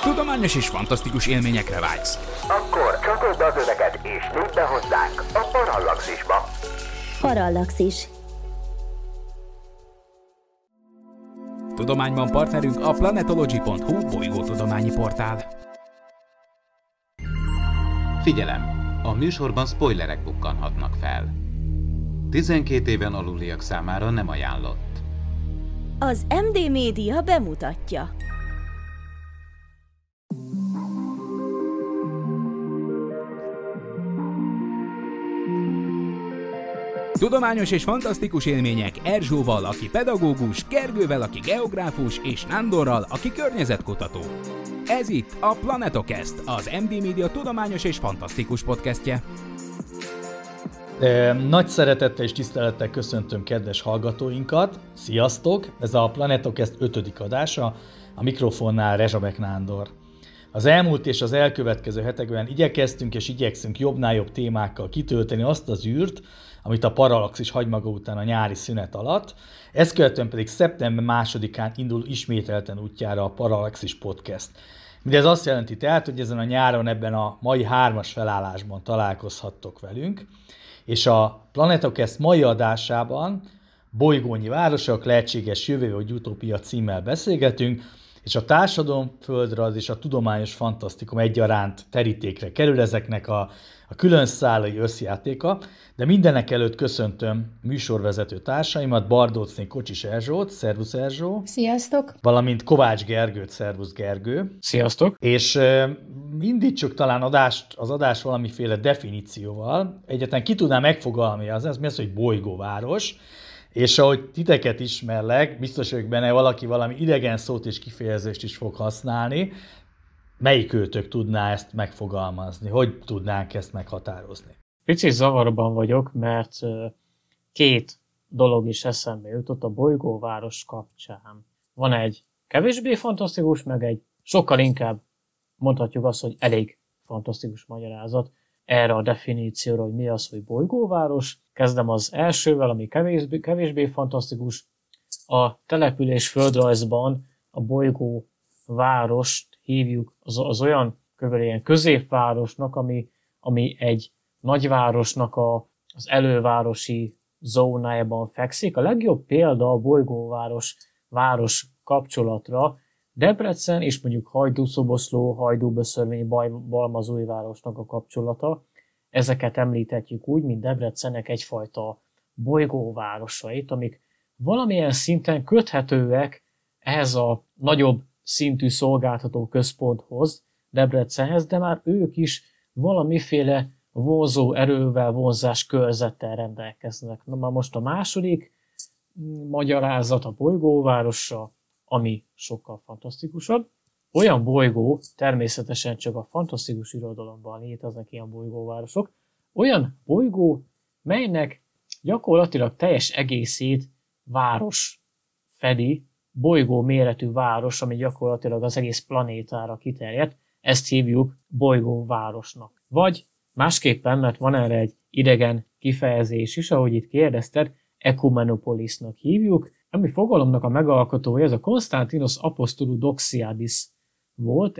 Tudományos és fantasztikus élményekre vágysz? Akkor csatold az öveket és nyudd be hozzánk a Parallaxisba. Parallaxis. Tudományban partnerünk a planetology.hu bolygótudományi portál. Figyelem! A műsorban spoilerek bukkanhatnak fel. 12 éven aluliak számára nem ajánlott. Az MD Média bemutatja. Tudományos és fantasztikus élmények Erzsóval, aki pedagógus, Gergővel, aki geográfus, és Nándorral, aki környezetkutató. Ez itt a Planetocast, az MD Média tudományos és fantasztikus podcastje. Nagy szeretettel és tisztelettel köszöntöm kedves hallgatóinkat. Sziasztok! Ez a Planetocast 5. adása, a mikrofonnál Rezsabek Nándor. Az elmúlt és az elkövetkező hetekben igyekeztünk és igyekszünk jobbnál jobb témákkal kitölteni azt az űrt, amit a Parallaxis hagy maga után a nyári szünet alatt. Ezt követően pedig szeptember 2-án indul ismételten útjára a Parallaxis Podcast. Mindez azt jelenti tehát, hogy ezen a nyáron ebben a mai 3-as felállásban találkozhattok velünk, és a Planetocast mai adásában bolygónyi városok, lehetséges jövő vagy utópia címmel beszélgetünk, és a társadalom, földrajz és a tudományos fantasztikum egyaránt terítékre kerül ezeknek a külön szálai összjátéka, de mindenek előtt köszöntöm műsorvezető társaimat, Bardóczné Kocsis Erzsót, szervusz Erzsó! Sziasztok! Valamint Kovács Gergőt, szervusz Gergő! Sziasztok! És indítsuk talán az adás valamiféle definícióval. Egyáltalán ki tudná megfogalmazni mi az, hogy bolygóváros, és ahogy titeket ismerlek, biztos vagyok benne, valaki valami idegen szót és kifejezést is fog használni. Melyik őtök tudná ezt megfogalmazni? Hogy tudnánk ezt meghatározni? Picit zavarban vagyok, mert két dolog is eszembe jutott a bolygóváros kapcsán. Van egy kevésbé fantasztikus, meg egy sokkal inkább mondhatjuk azt, hogy elég fantasztikus magyarázat erre a definícióra, hogy mi az, hogy bolygóváros. Kezdem az elsővel, ami kevésbé fantasztikus. A település földrajzban a bolygóvárost hívjuk az olyan ilyen középvárosnak, ami egy nagyvárosnak az elővárosi zónájában fekszik. A legjobb példa a bolygóváros kapcsolatra Debrecen és mondjuk Hajdú-Szoboszló, Hajdú-Böszörmény, Balmazújvárosnak a kapcsolata. Ezeket említhetjük úgy, mint Debrecennek egyfajta bolygóvárosait, amik valamilyen szinten köthetőek ehhez a nagyobb szintű szolgáltató központhoz, Debrecenhez, de már ők is valamiféle vonzó erővel, vonzás körzettel rendelkeznek. Na már most a második magyarázat a bolygóvárosra, ami sokkal fantasztikusabb. Olyan bolygó, természetesen csak a fantasztikus irodalomban léteznek ilyen bolygóvárosok, olyan bolygó, melynek gyakorlatilag teljes egészét város fedi, bolygó méretű város, ami gyakorlatilag az egész planétára kiterjedt, ezt hívjuk bolygóvárosnak. Vagy másképpen, mert van erre egy idegen kifejezés is, ahogy itt kérdezted, Ekumenopolisnak hívjuk, ami fogalomnak a megalkotója, ez a Konstantinos Apostolou Doxiadis volt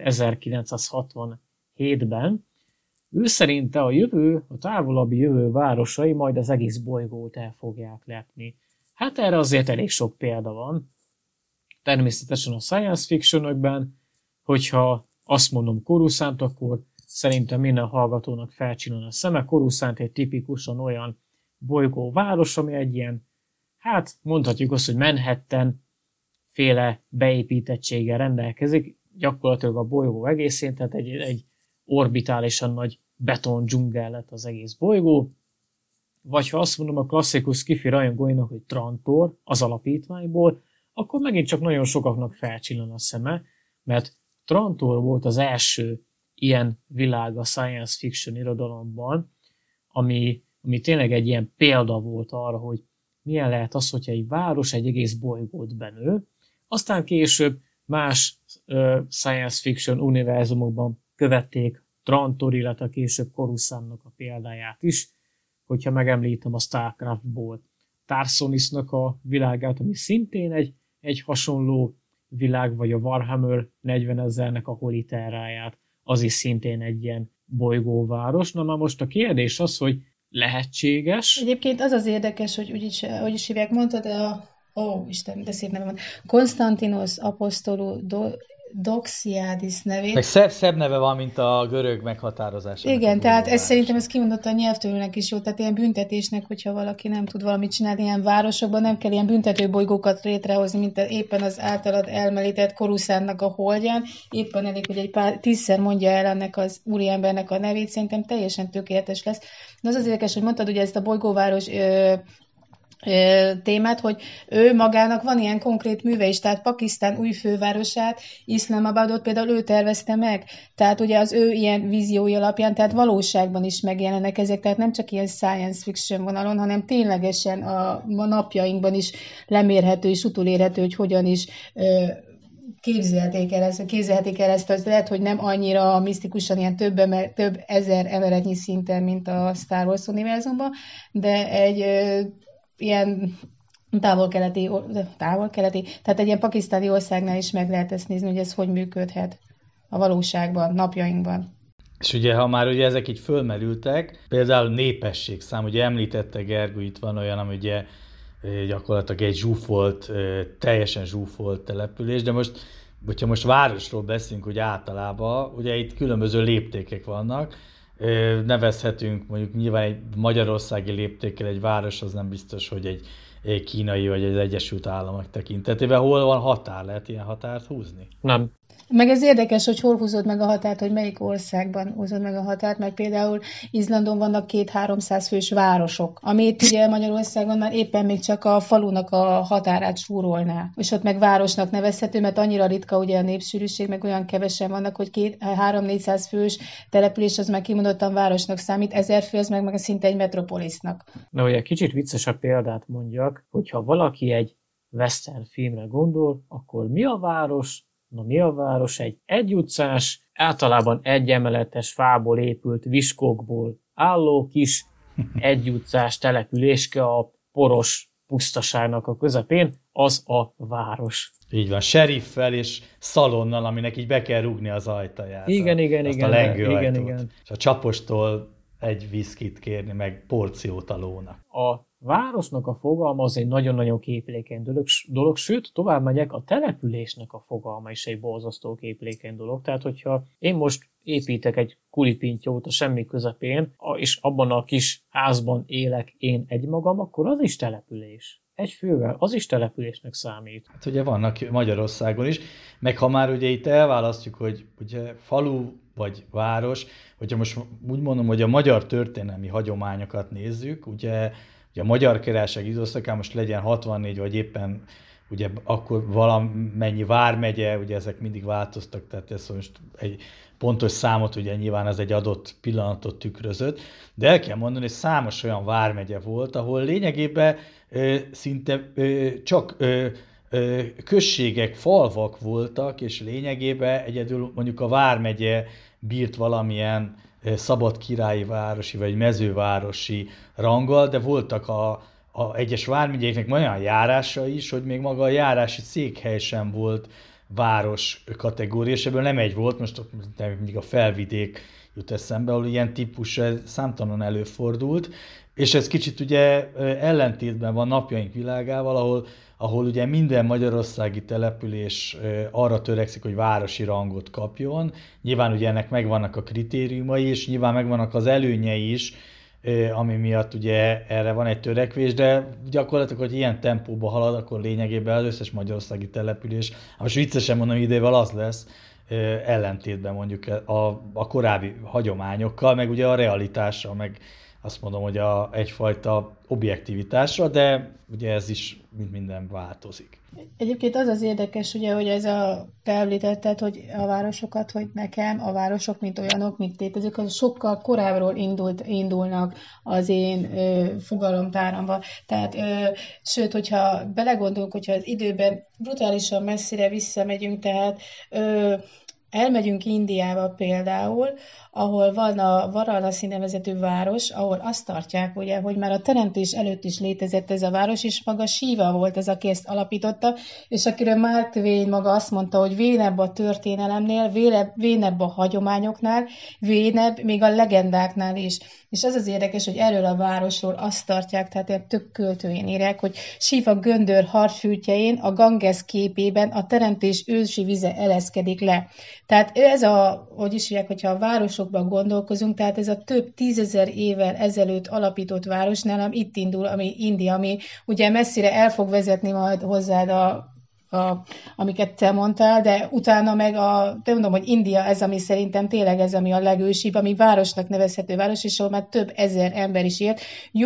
1967-ben. Ő szerinte a távolabbi jövő városai majd az egész bolygót el fogják lepni. Hát erre azért elég sok példa van. Természetesen a science fictionökben, hogyha azt mondom Coruscant, akkor szerintem minden hallgatónak felcsillan a szeme. Coruscant egy tipikusan olyan bolygóváros, ami egy ilyen, hát mondhatjuk azt, hogy Manhattan féle beépítettséggel rendelkezik, gyakorlatilag a bolygó egészén, tehát egy orbitálisan nagy beton dzsungel lett az egész bolygó. Vagy ha azt mondom a klasszikus sci-fi rajongóinak, hogy Trantor az alapítványból, akkor megint csak nagyon sokaknak felcsillan a szeme, mert Trantor volt az első ilyen világ a science fiction irodalomban, ami tényleg egy ilyen példa volt arra, hogy milyen lehet az, hogyha egy város egy egész bolygót benő. Aztán később más science fiction univerzumokban követték Trantor, illetve később Coruscantnak a példáját is, hogyha megemlítem a Starcraftból Tarsonisnak a világát, ami szintén egy hasonló világ, vagy a Warhammer 40 000-nek a Holiterráját. Az is szintén egy ilyen bolygóváros. Na már most a kérdés az, hogy lehetséges. Egyébként az az érdekes, hogy úgy is hívják, mondtad, Isten, de szép neve van. Konstantinos Apostolou Doxiadis nevét. Meg szebb neve van, mint a görög meghatározás. Igen, tehát ez szerintem ez kimondott a nyelvtörőnek is jó, tehát ilyen büntetésnek, hogyha valaki nem tud valamit csinálni, ilyen városokban nem kell ilyen büntetőbolygókat létrehozni, mint éppen az általad elmelített Coruscantnak a holdján, éppen elég, hogy egy pár 10-szer mondja el ennek az úriembernek a nevét, szerintem teljesen tökéletes lesz. De az érdekes, hogy mondtad ugye ezt a bolygóváros témát, hogy ő magának van ilyen konkrét műve is, tehát Pakisztán új fővárosát, Iszlamabadot például ő tervezte meg, tehát ugye az ő ilyen víziói alapján, tehát valóságban is megjelennek ezek, tehát nem csak ilyen science fiction vonalon, hanem ténylegesen a napjainkban is lemérhető és utolérhető, hogy hogyan is képzelhetik el ezt, az lehet, hogy nem annyira misztikusan, ilyen több ezer emeletnyi szinten, mint a Star Wars univerzumban, de egy ilyen távol-keleti, tehát egy ilyen pakisztáni országnál is meg lehet ezt nézni, hogy ez hogy működhet a valóságban, napjainkban. És ugye, ha már ugye ezek így fölmerültek, például népességszám, ugye említette Gergő, itt van olyan, ami ugye gyakorlatilag egy teljesen zsúfolt település, de most, hogyha most városról beszélünk, hogy általában, ugye itt különböző léptékek vannak, nevezhetünk mondjuk nyilván egy magyarországi léptékkel egy város, az nem biztos, hogy egy kínai vagy egy Egyesült Államok tekintetében. Hol van határ? Lehet ilyen határt húzni? Nem. Meg ez érdekes, hogy hol húzod meg a határt, hogy melyik országban húzod meg a határt, mert például Izlandon vannak 200-300 fős városok, amit ugye Magyarországon már éppen még csak a falunak a határát súrolná. És ott meg városnak nevezhető, mert annyira ritka ugye a népsűrűség, meg olyan kevesen vannak, hogy 300-400 fős település az már kimondottan városnak számít, 1000 fő az meg szinte egy metropolisznak. Na, hogy egy kicsit viccesebb példát mondjak, hogyha valaki egy western filmre gondol, akkor mi a város? Na, mi a város? Egy egyutcás, általában egyemeletes fából épült viskókból álló kis egyutcás településke a poros pusztaságnak a közepén, az a város. Így van, seriffel és szalonnal, aminek így be kell rúgni az ajtaját. Igen. A lengőajtót. És a csapostól egy viszkit kérni, meg porciót a lónak. A városnak a fogalma az egy nagyon-nagyon képlékeny dolog, sőt, tovább megyek, a településnek a fogalma is egy borzasztó képlékeny dolog. Tehát, hogyha én most építek egy kulipintyót a semmi közepén, és abban a kis házban élek én egymagam, akkor az is település. Egy fővel, az is településnek számít. Hát ugye vannak Magyarországon is, meg ha már ugye itt elválasztjuk, hogy ugye falu vagy város, hogyha most úgy mondom, hogy a magyar történelmi hagyományokat nézzük, ugye a Magyar Királyság időszakán most legyen 64, vagy éppen ugye akkor valamennyi vármegye, ugye ezek mindig változtak, tehát ez most egy pontos számot, ugye nyilván ez egy adott pillanatot tükrözött, de el kell mondani, hogy számos olyan vármegye volt, ahol lényegében szinte csak községek, falvak voltak, és lényegében egyedül mondjuk a vármegye bírt valamilyen szabad királyi városi vagy mezővárosi ranggal, de voltak a egyes vármegyéknek olyan járása is, hogy még maga a járási székhely sem volt város kategória, és ebből nem egy volt, most mindig a Felvidék jut eszembe, ahol ilyen típus számtalan előfordult, és ez kicsit ugye ellentétben van napjaink világával, ahol ugye minden magyarországi település arra törekszik, hogy városi rangot kapjon. Nyilván ugye ennek megvannak a kritériumai, és nyilván megvannak az előnyei is, ami miatt ugye erre van egy törekvés, de gyakorlatilag, hogy ilyen tempóba halad, akkor lényegében az összes magyarországi település, most viccesen mondom, idejével az lesz, ellentétben mondjuk a korábbi hagyományokkal, meg ugye a realitással, meg azt mondom, hogy egyfajta objektivitásra, de ugye ez is minden változik. Egyébként az az érdekes, ugye, hogy te említetted, hogy a városokat, hogy nekem a városok, mint olyanok, mint létezők, az sokkal korábbról indulnak az én fogalomtáramba. Tehát, sőt, hogyha belegondolunk, hogyha az időben brutálisan messzire visszamegyünk, tehát elmegyünk Indiába például, ahol van a Varanasi nevezetű város, ahol azt tartják, ugye, hogy már a teremtés előtt is létezett ez a város, és maga Siva volt az, aki ezt alapította, és akiről Mark Twain maga azt mondta, hogy vénebb a történelemnél, vénebb a hagyományoknál, vénebb még a legendáknál is. És az az érdekes, hogy erről a városról azt tartják, tehát több költőjén írják, hogy Siva göndör harfűtjein a Ganges képében a teremtés ősi vize eleszkedik le. Tehát ez hogy is írják, hogyha a városokban gondolkozunk, tehát ez a több 10 000 évvel ezelőtt alapított város nálam itt indul, ami India, ami ugye messzire el fog vezetni majd hozzád amiket te mondtál, de utána meg te mondom, hogy India ez, ami szerintem tényleg ez, ami a legősibb, ami városnak nevezhető város, és ahol már több ezer ember is élt,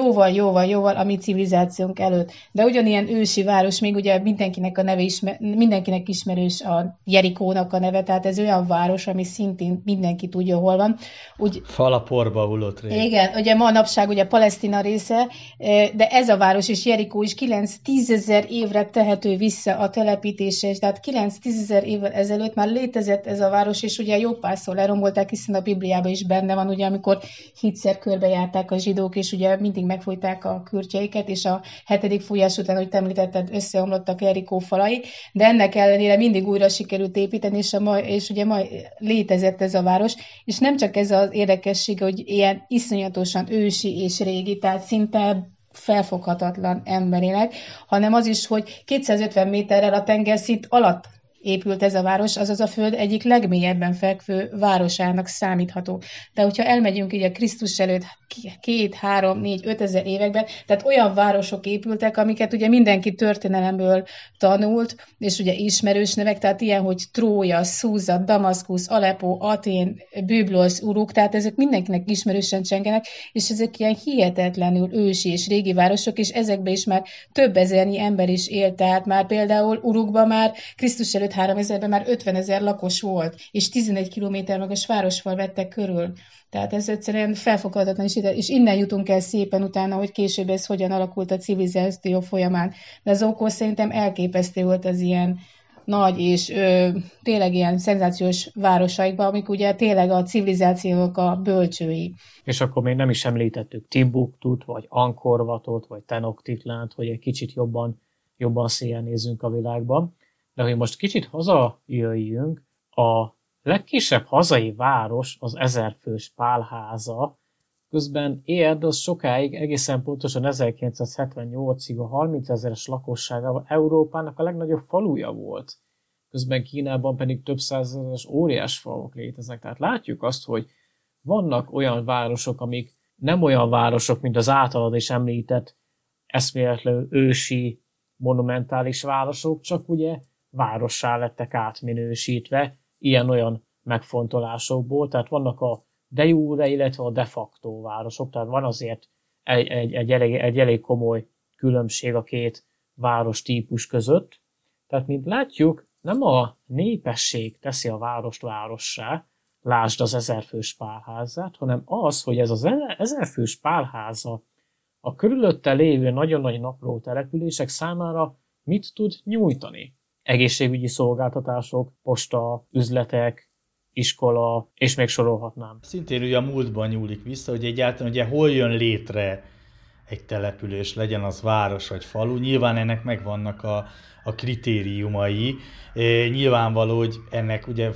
jóval a mi civilizációnk előtt. De ugyanilyen ősi város, még ugye mindenkinek a neve mindenkinek ismerős a Jerikónak a neve, tehát ez olyan város, ami szintén mindenki tudja, hol van. Falaporba hullott rég. Igen, ugye manapság ugye Palesztina része, de ez a város és Jerikó is 9-10 000 évre tehető vissza a telepítése, tehát 9-10 000 évvel ezelőtt már létezett ez a város, és ugye jó párszor lerombolták, hiszen a Bibliában is benne van, ugye, amikor hétszer körbejárták a zsidók, és ugye mindig megfújták a kürtjeiket, és a 7. fújás után, hogy te említetted, összeomlottak Jerikó falai, de ennek ellenére mindig újra sikerült építeni, és ugye ma létezett ez a város, és nem csak ez az érdekesség, hogy ilyen iszonyatosan ősi és régi, tehát szinte felfoghatatlan emberileg, hanem az is, hogy 250 méterrel a tengerszint alatt épült ez a város, azaz a Föld egyik legmélyebben fekvő városának számítható. De hogyha elmegyünk így a Krisztus előtt 2, 3, 4, 5 ezer években, tehát olyan városok épültek, amiket ugye mindenki történelemből tanult, és ugye ismerős nevek, tehát ilyen, hogy Trója, Szúza, Damaszkusz, Aleppo, Atén, Bűblos, Uruk, tehát ezek mindenkinek ismerősen csengenek, és ezek ilyen hihetetlenül ősi és régi városok, és ezekben is már több ezernyi ember is élt, tehát már például Urukban már Krisztus előtt 3000-ben már 50 000 lakos volt, és 11 kilométer magas városfal vettek körül. Tehát ez egyszerűen felfoghatatlan, és innen jutunk el szépen utána, hogy később ez hogyan alakult a civilizáció folyamán. De az ókor szerintem elképesztő volt az ilyen nagy és tényleg ilyen szenzációs városaikban, amik ugye tényleg a civilizációk a bölcsői. És akkor még nem is említettük Timbuktut, vagy Angkor Watot, vagy Tenochtitlant, hogy egy kicsit jobban széjjel nézzünk a világban. De hogy most kicsit hazajöjjünk, a legkisebb hazai város az 1000 fős Pálháza, közben Érd az sokáig, egészen pontosan 1978-ig a 30 000-es lakosságával Európának a legnagyobb faluja volt. Közben Kínában pedig több százezeres óriás falvak léteznek. Tehát látjuk azt, hogy vannak olyan városok, amik nem olyan városok, mint az általad is említett eszméletlenül ősi, monumentális városok, csak ugye várossá lettek átminősítve ilyen-olyan megfontolásokból, tehát vannak a de jure, illetve a de facto városok, tehát van azért egy elég komoly különbség a két város típus között. Tehát, mint látjuk, nem a népesség teszi a várost várossá, lásd az 1000 fős Pálházát, hanem az, hogy ez az 1000 fős Pálháza a körülötte lévő nagyon nagy napló települések számára mit tud nyújtani? Egészségügyi szolgáltatások, posta, üzletek, iskola, és még sorolhatnám. Szintén ugye a múltban nyúlik vissza, hogy egyáltalán ugye hol jön létre egy település, legyen az város vagy falu. Nyilván ennek megvannak a kritériumai. Nyilvánvaló, hogy ennek ugye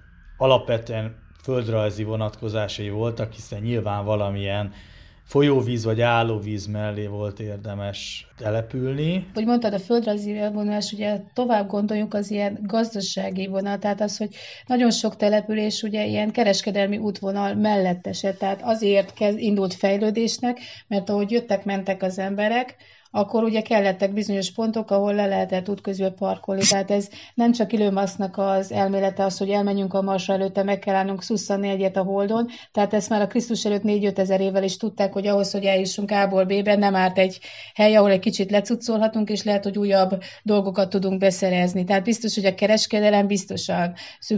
alapvetően földrajzi vonatkozásai voltak, hiszen nyilván valamilyen folyóvíz vagy állóvíz mellé volt érdemes települni. Hogy mondtad, a földrajzi vonalás, ugye tovább gondoljunk az ilyen gazdasági vonal, tehát az, hogy nagyon sok település ugye ilyen kereskedelmi útvonal mellett esett, tehát azért indult fejlődésnek, mert ahogy jöttek-mentek az emberek, akkor ugye kellettek bizonyos pontok, ahol le lehetett útközül parkolni. Tehát ez nem csak Elon Musknak az elmélete az, hogy elmenjünk a Marsra, előtte meg kell állnunk szusszanni egyet a Holdon. Tehát ezt már a Krisztus előtt 4-5 ezer évvel is tudták, hogy ahhoz, hogy eljussunk A-ból B-be, nem árt egy hely, ahol egy kicsit lecuccolhatunk, és lehet, hogy újabb dolgokat tudunk beszerezni. Tehát biztos, hogy a kereskedelem biztosan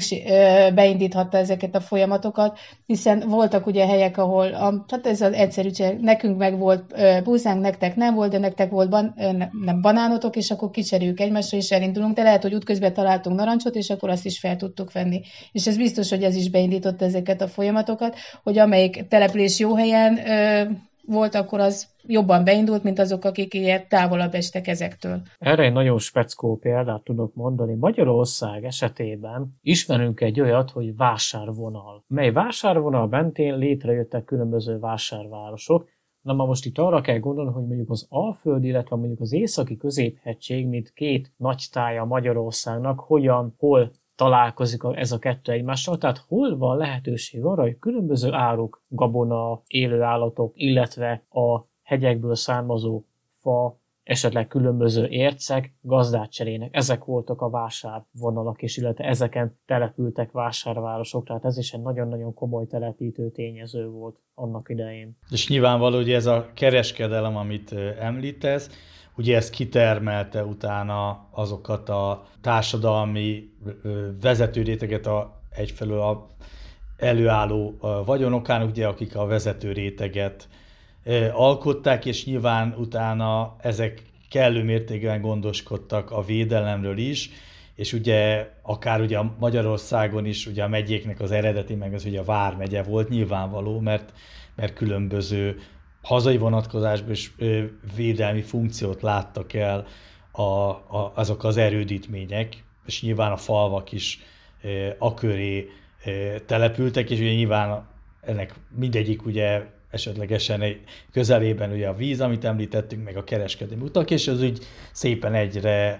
beindíthatta ezeket a folyamatokat, hiszen voltak ugye helyek, ahol, hát ez az egyszerű, nekünk meg volt búzánk, nektek nem volt, de nektek nektek volt nem banánotok, és akkor kicseréljük egymásra, és elindulunk, de lehet, hogy útközben találtunk narancsot, és akkor azt is fel tudtuk venni. És ez biztos, hogy ez is beindította ezeket a folyamatokat, hogy amelyik település jó helyen volt, akkor az jobban beindult, mint azok, akik ilyen távolabb estek ezektől. Erre egy nagyon speckó példát tudok mondani. Magyarország esetében ismerünk egy olyat, hogy vásárvonal, mely vásárvonal mentén létrejöttek különböző vásárvárosok. Na most itt arra kell gondolni, hogy mondjuk az Alföld, illetve mondjuk az északi középhegység, mint két nagy tája Magyarországnak, hol találkozik ez a kettő egymással, tehát hol van lehetőség arra, hogy különböző áruk, gabona, élőállatok, illetve a hegyekből származó fa, esetleg különböző ércek gazdát cserélnek. Ezek voltak a vásárvonalak, és illetve ezeken települtek vásárvárosok, tehát ez is egy nagyon-nagyon komoly telepítő tényező volt annak idején. És nyilvánvaló, hogy ez a kereskedelem, amit említesz, ugye ez kitermelte utána azokat a társadalmi vezetőréteget egyfelől a előálló vagyonokán, ugye, akik a vezetőréteget alkották, és nyilván utána ezek kellő mértékben gondoskodtak a védelemről is, és ugye akár ugye Magyarországon is ugye a megyéknek az eredeti, meg az ugye a vármegye volt nyilvánvaló, mert különböző hazai vonatkozásban is védelmi funkciót láttak el azok az erődítmények, és nyilván a falvak is aköré települtek, és ugye nyilván ennek mindegyik ugye esetlegesen közelében ugye a víz, amit említettünk, meg a kereskedelmi utak, és az úgy szépen egyre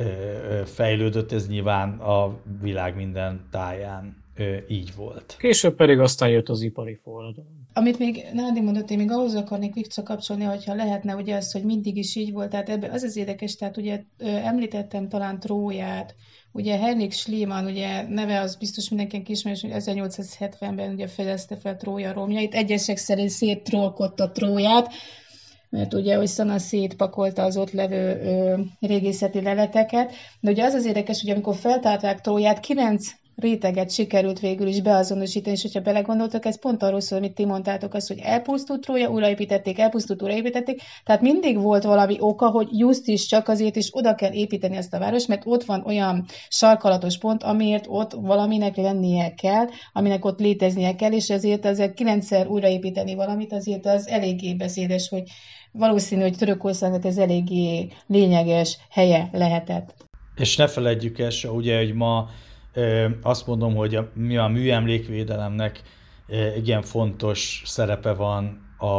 fejlődött, ez nyilván a világ minden táján így volt. Később pedig aztán jött az ipari forradalom. Amit még Nándi mondott, én még ahhoz akarnék visszakapcsolni, hogyha lehetne ugye az, hogy mindig is így volt, tehát ebben az érdekes, tehát ugye említettem talán Tróját, ugye Henrik Schliemann, ugye neve az biztos mindenkinek ismerős, hogy 1870-ben ugye fedezte fel Trója romjait, egyesek szerint széttrollkodta Tróját, mert ugye Oysana szétpakolta az ott levő régészeti leleteket, de ugye az érdekes, hogy amikor feltárták Tróját, 9 réteget sikerült végül is beazonosítani, és hogyha belegondoltak, ez pont arról szól, amit ti mondtátok, az, hogy elpusztult Trója, újraépítették, elpusztult, újraépítették, tehát mindig volt valami oka, hogy just is csak azért is oda kell építeni ezt a várost, mert ott van olyan sarkalatos pont, amiért ott valaminek lennie kell, aminek ott léteznie kell, és ezért ezzel 9-szer újraépíteni valamit, azért az eléggé beszédes, hogy valószínű, hogy Törökországnak ez eléggé lényeges helye lehetett. És ne feledjük el, ugye, hogy ma azt mondom, hogy a műemlékvédelemnek igen fontos szerepe van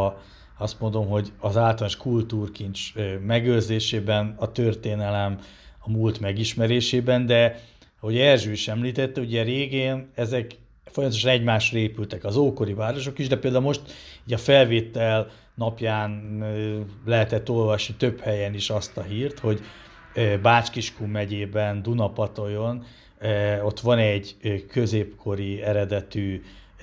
azt mondom, hogy az általános kultúrkincs megőrzésében, a történelem, a múlt megismerésében, de ahogy Erzső is említette, ugye régén ezek folyamatosan egymásra épültek az ókori városok is, de például most így a felvétel napján lehetett olvasni több helyen is azt a hírt, hogy Bács-Kiskun megyében, Dunapataljon, ott van egy középkori eredetű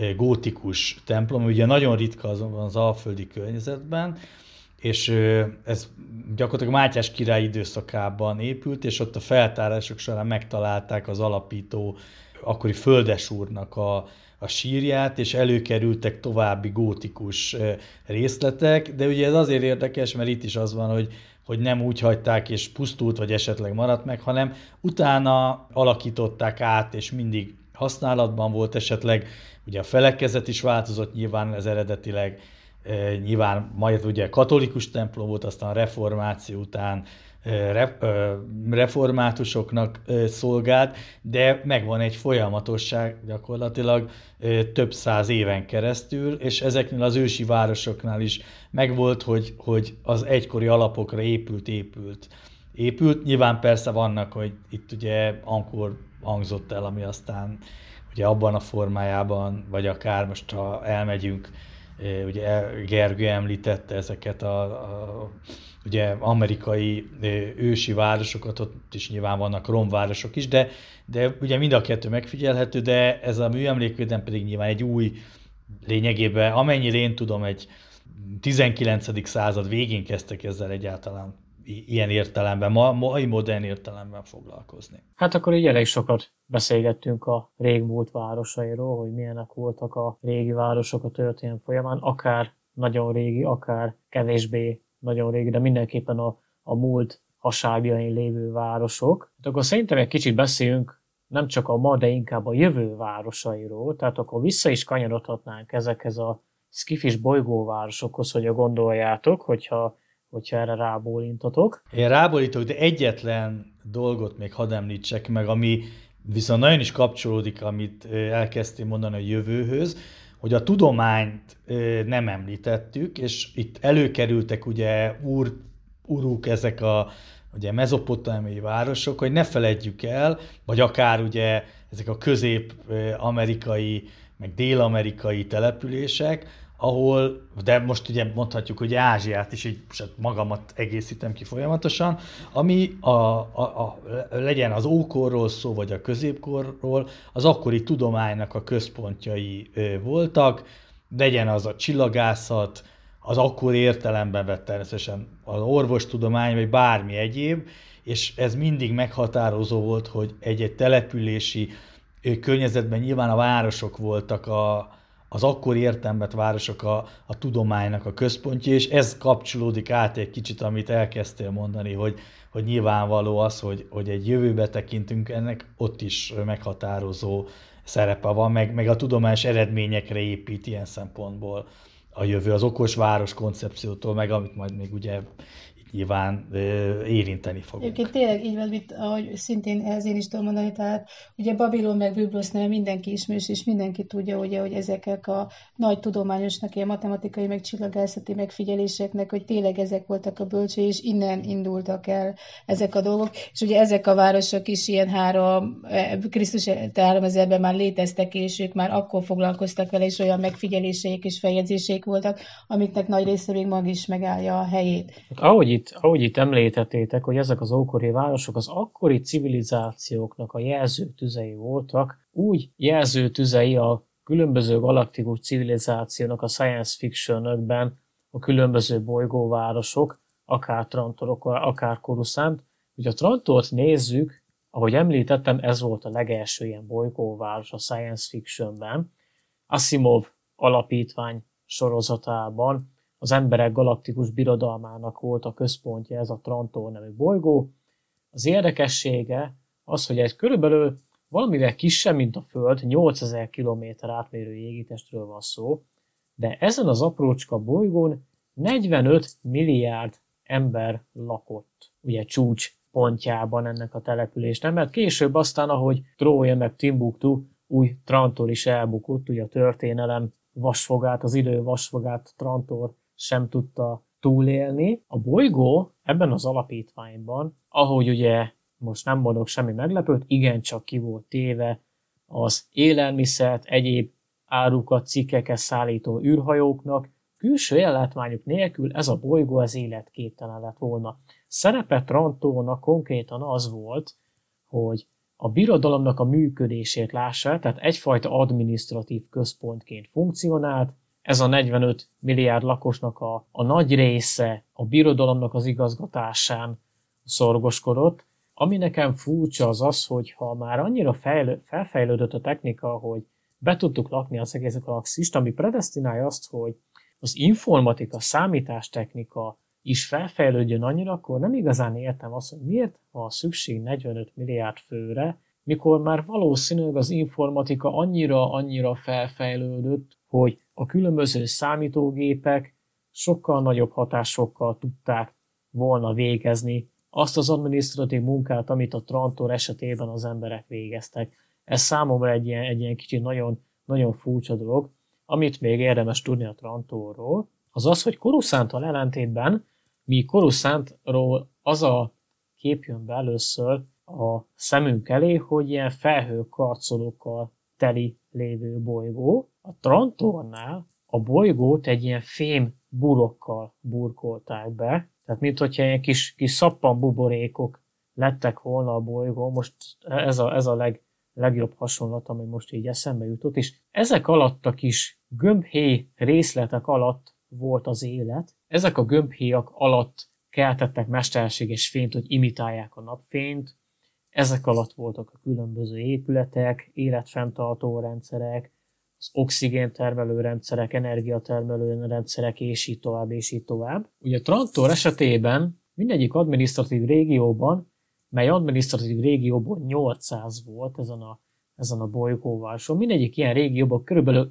gótikus templom, ugye nagyon ritka azonban az alföldi környezetben, és ez gyakorlatilag Mátyás király időszakában épült, és ott a feltárások során megtalálták az alapító akkori földesúrnak a sírját, és előkerültek további gótikus részletek, de ugye ez azért érdekes, mert itt is az van, hogy nem úgy hagyták és pusztult, vagy esetleg maradt meg, hanem utána alakították át, és mindig használatban volt, esetleg ugye a felekezet is változott, nyilván ez eredetileg nyilván majd ugye katolikus templom volt, aztán a reformáció után reformátusoknak szolgált, de megvan egy folyamatosság gyakorlatilag több száz éven keresztül, és ezeknél az ősi városoknál is megvolt, hogy az egykori alapokra épült. Nyilván persze vannak, hogy itt ugye Angkor hangzott el, ami aztán ugye abban a formájában, vagy akár most ha elmegyünk, ugye Gergő említette ezeket ugye amerikai ősi városokat, ott is nyilván vannak romvárosok is, de ugye mind a kettő megfigyelhető, de ez a műemlékvédelem pedig nyilván egy új, lényegében, amennyire én tudom, egy 19. század végén kezdtek ezzel egyáltalán ilyen értelemben, mai modern értelemben foglalkozni. Hát akkor így elég sokat beszélgettünk a régmúlt városairól, hogy milyenek voltak a régi városok a történelem folyamán, akár nagyon régi, akár kevésbé nagyon régi, de mindenképpen a múlt hasábjain lévő városok. Hát akkor szerintem egy kicsit beszéljünk nem csak a ma, de inkább a jövő városairól, tehát akkor vissza is kanyarodhatnánk ezekhez a skifis bolygóvárosokhoz, hogy gondoljátok, hogyha erre rábólintatok. Én rábólítok, de egyetlen dolgot még hadd említsek meg, ami viszont nagyon is kapcsolódik, amit elkezdtem mondani a jövőhöz, hogy a tudományt nem említettük, és itt előkerültek ugye uruk ezek a ugye mezopotámiai városok, hogy ne feledjük el, vagy akár ugye ezek a közép-amerikai, meg dél-amerikai települések, ahol, de most ugye mondhatjuk, hogy Ázsiát is, így magamat egészítem ki folyamatosan, ami legyen az ókorról szó, vagy a középkorról, az akkori tudománynak a központjai voltak, legyen az a csillagászat, az akkori értelemben vett természetesen az orvostudomány, vagy bármi egyéb, és ez mindig meghatározó volt, hogy egy települési környezetben nyilván a városok voltak az akkori értelemben városok a tudománynak a központja, és ez kapcsolódik át egy kicsit, amit elkezdtél mondani, hogy nyilvánvaló az, hogy egy jövőbe tekintünk, ennek ott is meghatározó szerepe van, meg a tudományos eredményekre épít ilyen szempontból a jövő, az okos város koncepciótól, meg amit majd még ugye nyilván érinteni fogunk. Egyébként tényleg így van, ahogy szintén ehhez én is tudom mondani, tehát ugye Babilon meg Biblusnál mindenki ismerős, és mindenki tudja, ugye, hogy ezeknek a nagy tudományosnak, ilyen matematikai, meg csillagászati megfigyeléseknek, hogy tényleg ezek voltak a bölcsői, és innen indultak el ezek a dolgok, és ugye ezek a városok is ilyen Krisztus 3000-ben már léteztek, és ők már akkor foglalkoztak vele, és olyan megfigyeléseik és feljegyzéseik voltak, amiknek nagy része még mag is megállja a helyét. Ahogy itt említettétek, hogy ezek az ókori városok az akkori civilizációknak a jelzőtüzei voltak, úgy jelzőtüzei a különböző galaktikus civilizációnak a science fictionökben a különböző bolygóvárosok, akár Trantorok, akár Coruscant. Ugye a Trantort nézzük, ahogy említettem, ez volt a legelső ilyen bolygóváros a science fictionben. Asimov alapítvány sorozatában az emberek galaktikus birodalmának volt a központja ez a Trantor nevű bolygó. Az érdekessége az, hogy ez körülbelül valamivel kisebb, mint a Föld, 8000 km átmérő égitestről van szó, de ezen az aprócska bolygón 45 milliárd ember lakott, ugye csúcspontjában ennek a településnek, mert később aztán, ahogy Trója meg Timbuktu, új Trantor is elbukott, ugye a történelem vasfogát, az idő vasfogát Trantor sem tudta túlélni. A bolygó ebben az alapítványban, ahogy ugye most nem mondok semmi meglepőt, igencsak ki volt téve az élelmiszert, egyéb árukat, cikkeket szállító űrhajóknak, külső ellátmányuk nélkül ez a bolygó az életképtelen lett volna. Szerepe Trantornak konkrétan az volt, hogy a birodalomnak a működését lássa, tehát egyfajta adminisztratív központként funkcionált. Ez a 45 milliárd lakosnak a nagy része a birodalomnak az igazgatásán szorgoskodott. Ami nekem furcsa az az, hogy ha már annyira felfejlődött a technika, hogy be tudtuk lakni az egész galaxist, ami predesztinálja azt, hogy az informatika, számítástechnika is felfejlődjön annyira, akkor nem igazán értem azt, hogy miért van szükség 45 milliárd főre, mikor már valószínűleg az informatika annyira felfejlődött, hogy a különböző számítógépek sokkal nagyobb hatásokkal tudták volna végezni azt az adminisztratív munkát, amit a Trantor esetében az emberek végeztek. Ez számomra egy ilyen kicsit nagyon furcsa dolog. Amit még érdemes tudni a Trantorról, az az, hogy Coruscanttal ellentétben, mi Coruscantról az a kép jön be először a szemünk elé, hogy ilyen felhőkarcolókkal teli lévő bolygó. A Trantornál a bolygót egy ilyen fém burokkal burkolták be, tehát mint hogyha ilyen kis szappanbuborékok lettek volna a bolygó. Most ez a legjobb hasonlat, ami most így eszembe jutott, és ezek alatt a kis gömbhéj részletek alatt volt az élet. Ezek a gömbhéjak alatt keltettek mesterséges fényt, hogy imitálják a napfényt. Ezek alatt voltak a különböző épületek, életfenntartó rendszerek, az oxigéntermelő rendszerek, energiatermelő rendszerek, és így tovább, és így tovább. Ugye Trantor esetében mindegyik adminisztratív régióban, mely adminisztratív régióból 800 volt ezen a bolygóvároson, mindegyik ilyen régióban körülbelül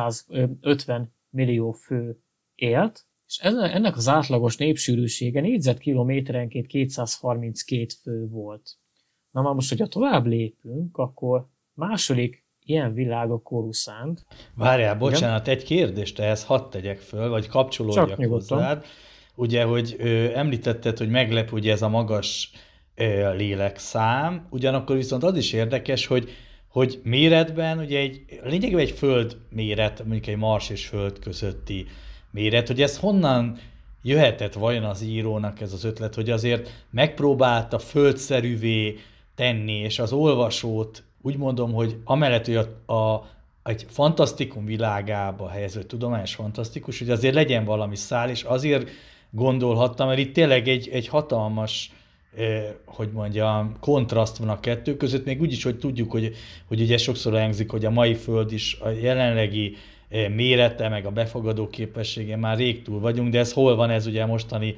550 millió fő élt, és ennek az átlagos népsűrűsége négyzetkilométerenként 232 fő volt. Na már most, hogyha tovább lépünk, akkor második ilyen világ a Coruscant. Várjál, bocsánat, egy kérdést ehhez hadd tegyek föl, vagy kapcsolódjak hozzád. Ugye, hogy említetted, hogy meglep ugye ez a magas lélekszám, ugyanakkor viszont az is érdekes, hogy méretben, ugye lényegében egy föld méret, mondjuk egy Mars és föld közötti méret, hogy ez honnan jöhetett vajon az írónak ez az ötlet, hogy azért megpróbálta földszerűvé tenni, és az olvasót úgy mondom, hogy amellett, hogy egy fantasztikum világába helyező tudományos fantasztikus, hogy azért legyen valami szál, és azért gondolhattam, mert itt tényleg egy hatalmas, hogy mondjam, kontraszt van a kettő között, még úgyis, hogy tudjuk, hogy ugye sokszor elhangzik, hogy a mai Föld is a jelenlegi mérete, meg a befogadó képessége már rég túl vagyunk, de ez hol van ez ugye mostani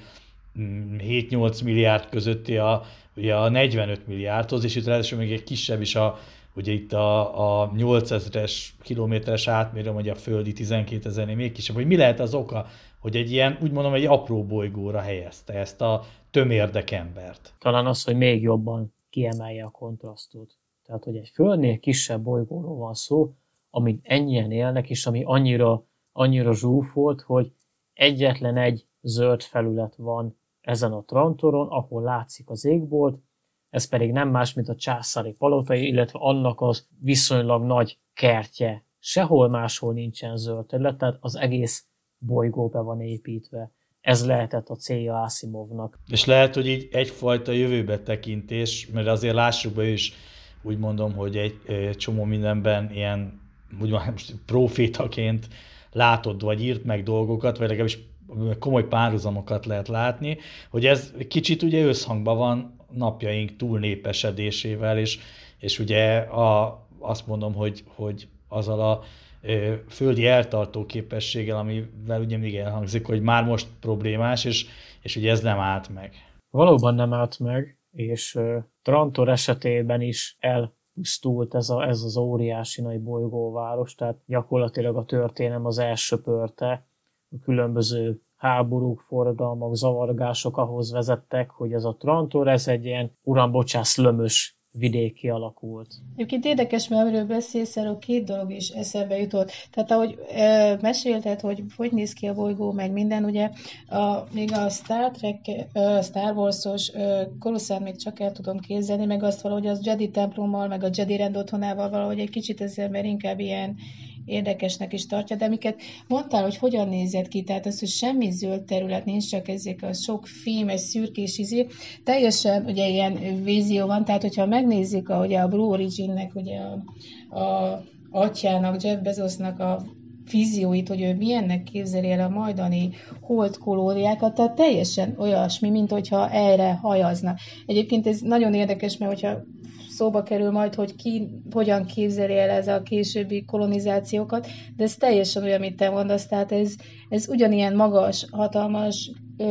7-8 milliárd közötti ugye a 45 milliárdhoz, és itt ráadásul még egy kisebb is ugye itt a 8000-es kilométeres átmérő, vagy a földi 12 000-nél még kisebb, hogy mi lehet az oka, hogy egy ilyen, úgy mondom, egy apró bolygóra helyezte ezt a tömérdek embert. Talán az, hogy még jobban kiemelje a kontrasztot. Tehát, hogy egy földnél kisebb bolygóról van szó, amin ennyien élnek, és ami annyira zsúfolt, hogy egyetlen egy zöld felület van ezen a Trantoron, ahol látszik az égbolt, ez pedig nem más, mint a császári palota, illetve annak az viszonylag nagy kertje. Sehol máshol nincsen zöld terület, tehát az egész bolygó be van építve. Ez lehetett a célja Asimovnak. És lehet, hogy így egyfajta jövőbe tekintés, mert azért lássuk be is, úgy mondom, hogy egy csomó mindenben ilyen, úgy mondom, profétaként látod, vagy írt meg dolgokat, vagy legalábbis komoly párhuzamokat lehet látni, hogy ez kicsit ugye összhangban van napjaink túlnépesedésével, és ugye azt mondom, hogy azzal a földi eltartó képességgel, amivel ugye még elhangzik, hogy már most problémás, és ugye ez nem állt meg. Valóban nem állt meg, és Trantor esetében is elpusztult ez az óriási nagy bolygóváros, tehát gyakorlatilag a történelem az elsöpörte, a különböző háborúk, forradalmak, zavargások ahhoz vezettek, hogy ez a Trantor, ez egy ilyen uram bocsász lömös vidék kialakult. Egyébként érdekes, mert amiről beszélsz, erről két dolog is eszembe jutott. Tehát ahogy mesélted, hogy néz ki a bolygó, meg minden, ugye még a Star Wars-os Coruscant még csak el tudom képzelni, meg azt valahogy az Jedi templommal, meg a Jedi rend otthonával valahogy egy kicsit az ember inkább ilyen érdekesnek is tartja, de amiket mondtál, hogy hogyan nézett ki, tehát az, hogy semmi zöld terület nincs, csak ezek a sok fémes, szürkés teljesen ugye ilyen vízió van, tehát hogyha megnézzük ugye a Blue Origin-nek, ugye a atyának, Jeff Bezosnak a vízióit, hogy ő milyennek képzeli el a majdani hold kolóniákat, tehát teljesen olyasmi, mint hogyha erre hajazna. Egyébként ez nagyon érdekes, mert hogyha szóba kerül majd, hogy ki hogyan képzeli el ez a későbbi kolonizációkat, de ez teljesen olyan, amit te mondasz, tehát ez ugyanilyen magas, hatalmas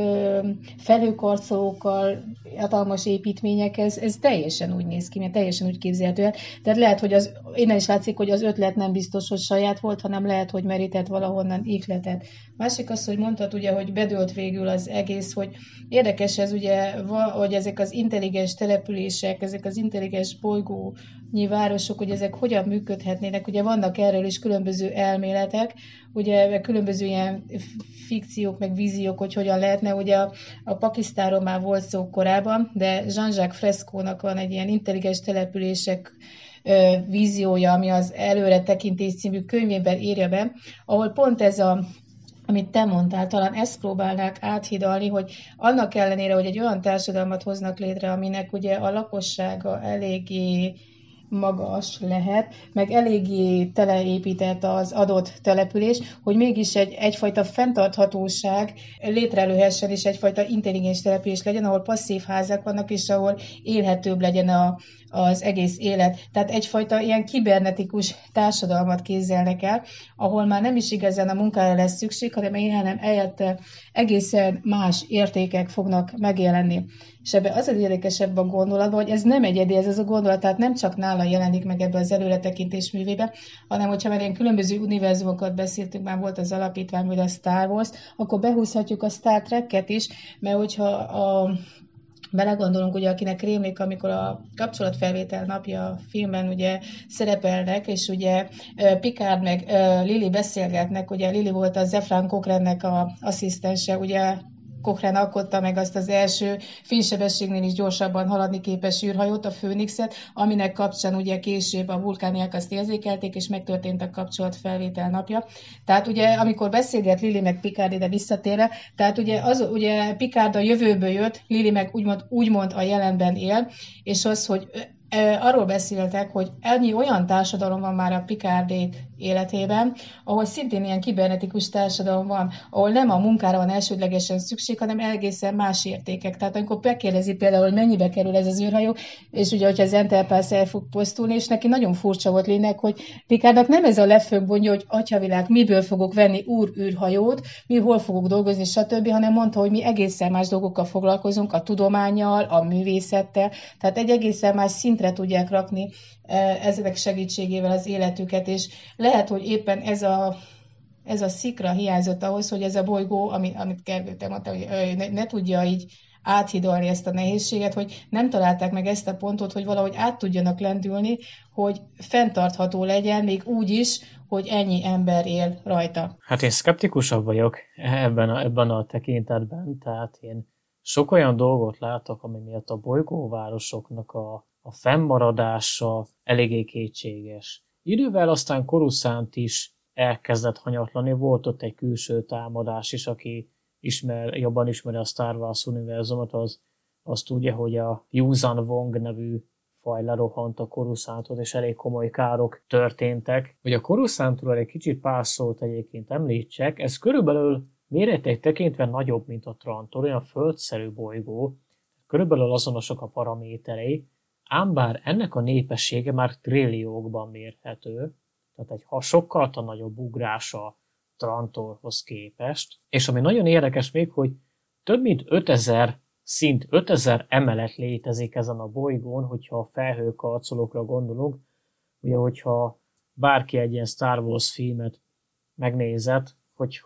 felhőkarcolókkal, hatalmas építmények, ez teljesen úgy néz ki, mert teljesen úgy képzelhető el. Tehát lehet, hogy innen is látszik, hogy az ötlet nem biztos, hogy saját volt, hanem lehet, hogy merített valahonnan ihletet. Másik az, hogy mondtad ugye, hogy bedőlt végül az egész, hogy érdekes ez ugye, hogy ezek az intelligens települések, ezek az intelligens bolygónyi városok, hogy ezek hogyan működhetnének. Ugye vannak erről is különböző elméletek, ugye különböző ilyen fikciók, meg víziók, hogy hogyan lehetne, ugye a Pakisztánról már volt szó korábban, de Jean-Jacques Fresco-nak van egy ilyen intelligens települések víziója, ami az Előre tekintés című könyvében írja be, ahol pont ez amit te mondtál, talán ezt próbálnák áthidalni, hogy annak ellenére, hogy egy olyan társadalmat hoznak létre, aminek ugye a lakossága eléggé magas lehet, meg eléggé teleépített az adott település, hogy mégis egyfajta fenntarthatóság létrelőhessen, és egyfajta intelligens település legyen, ahol passzív házak vannak, és ahol élhetőbb legyen az egész élet. Tehát egyfajta ilyen kibernetikus társadalmat képzelnek el, ahol már nem is igazán a munkára lesz szükség, hanem helyette egészen más értékek fognak megjelenni. És ebben az érdekesebb a gondolatban, hogy ez nem egyedi, ez a gondolat, tehát nem csak nála jelenik meg ebbe az előretekintés művébe, hanem hogyha már ilyen különböző univerzumokat beszéltünk, már volt az alapítvány, vagy a Star Wars, akkor behúzhatjuk a Star Trek-et is, mert hogyha belegondolunk, ugye, akinek rémlik, amikor a kapcsolatfelvétel napja a filmben ugye szerepelnek, és ugye Picard meg Lily beszélgetnek, ugye Lily volt a Zefran Cochrane-nek a asszisztense, ugye Cochrane alkotta meg azt az első fénysebességnél is gyorsabban haladni képes űrhajót, a Phoenixet, aminek kapcsán ugye később a vulkániák azt érzékelték, és megtörtént a kapcsolatfelvétel napja. Tehát ugye, amikor beszélget Lily meg Picard ide visszatérve, tehát ugye Picard a jövőből jött, Lily meg úgymond a jelenben él, és az, hogy arról beszéltek, hogy ennyi olyan társadalom van már a Picardék életében, ahol szintén ilyen kibernetikus társadalom van, ahol nem a munkára van elsődlegesen szükség, hanem egészen más értékek. Tehát amikor megkérdezi például, hogy mennyibe kerül ez az űrhajó, és ugye, hogyha az Enterprise el fog pusztulni, és neki nagyon furcsa volt lényeg, hogy Picardnak nem ez a legfőbb gondja, hogy atyavilág, miből fogok venni űrhajót, hol fogok dolgozni, stb., hanem mondta, hogy mi egészen más dolgokkal foglalkozunk, a tudománnyal, a művészettel, tehát egy egészen más szintre tudják rakni ezek segítségével az életüket, és lehet, hogy éppen ez a szikra hiányzott ahhoz, hogy ez a bolygó, amit Gergő te mondta, hogy ne tudja így áthidalni ezt a nehézséget, hogy nem találták meg ezt a pontot, hogy valahogy át tudjanak lendülni, hogy fenntartható legyen, még úgy is, hogy ennyi ember él rajta. Hát én szkeptikusabb vagyok ebben a tekintetben, tehát én sok olyan dolgot látok, ami miatt a bolygóvárosoknak a fennmaradása eléggé kétséges. Idővel aztán Coruscant is elkezdett hanyatlani, volt ott egy külső támadás is, aki jobban ismeri a Star Wars univerzumot, az tudja, hogy a Yuuzhan Vong nevű faj lerohant a Coruscantot, és elég komoly károk történtek. Hogy a Coruscantról egy kicsit pár szót egyébként említsek, ez körülbelül méretét tekintve nagyobb, mint a Trantor, olyan földszerű bolygó, körülbelül azonosak a paraméterei, ám bár ennek a népessége már trilliókban mérhető, tehát egy sokkal nagyobb ugrás a Trantorhoz képest, és ami nagyon érdekes még, hogy több mint 5000 emelet létezik ezen a bolygón, hogyha a felhőkarcolókra gondolunk, ugye hogyha bárki egy ilyen Star Wars filmet megnézett,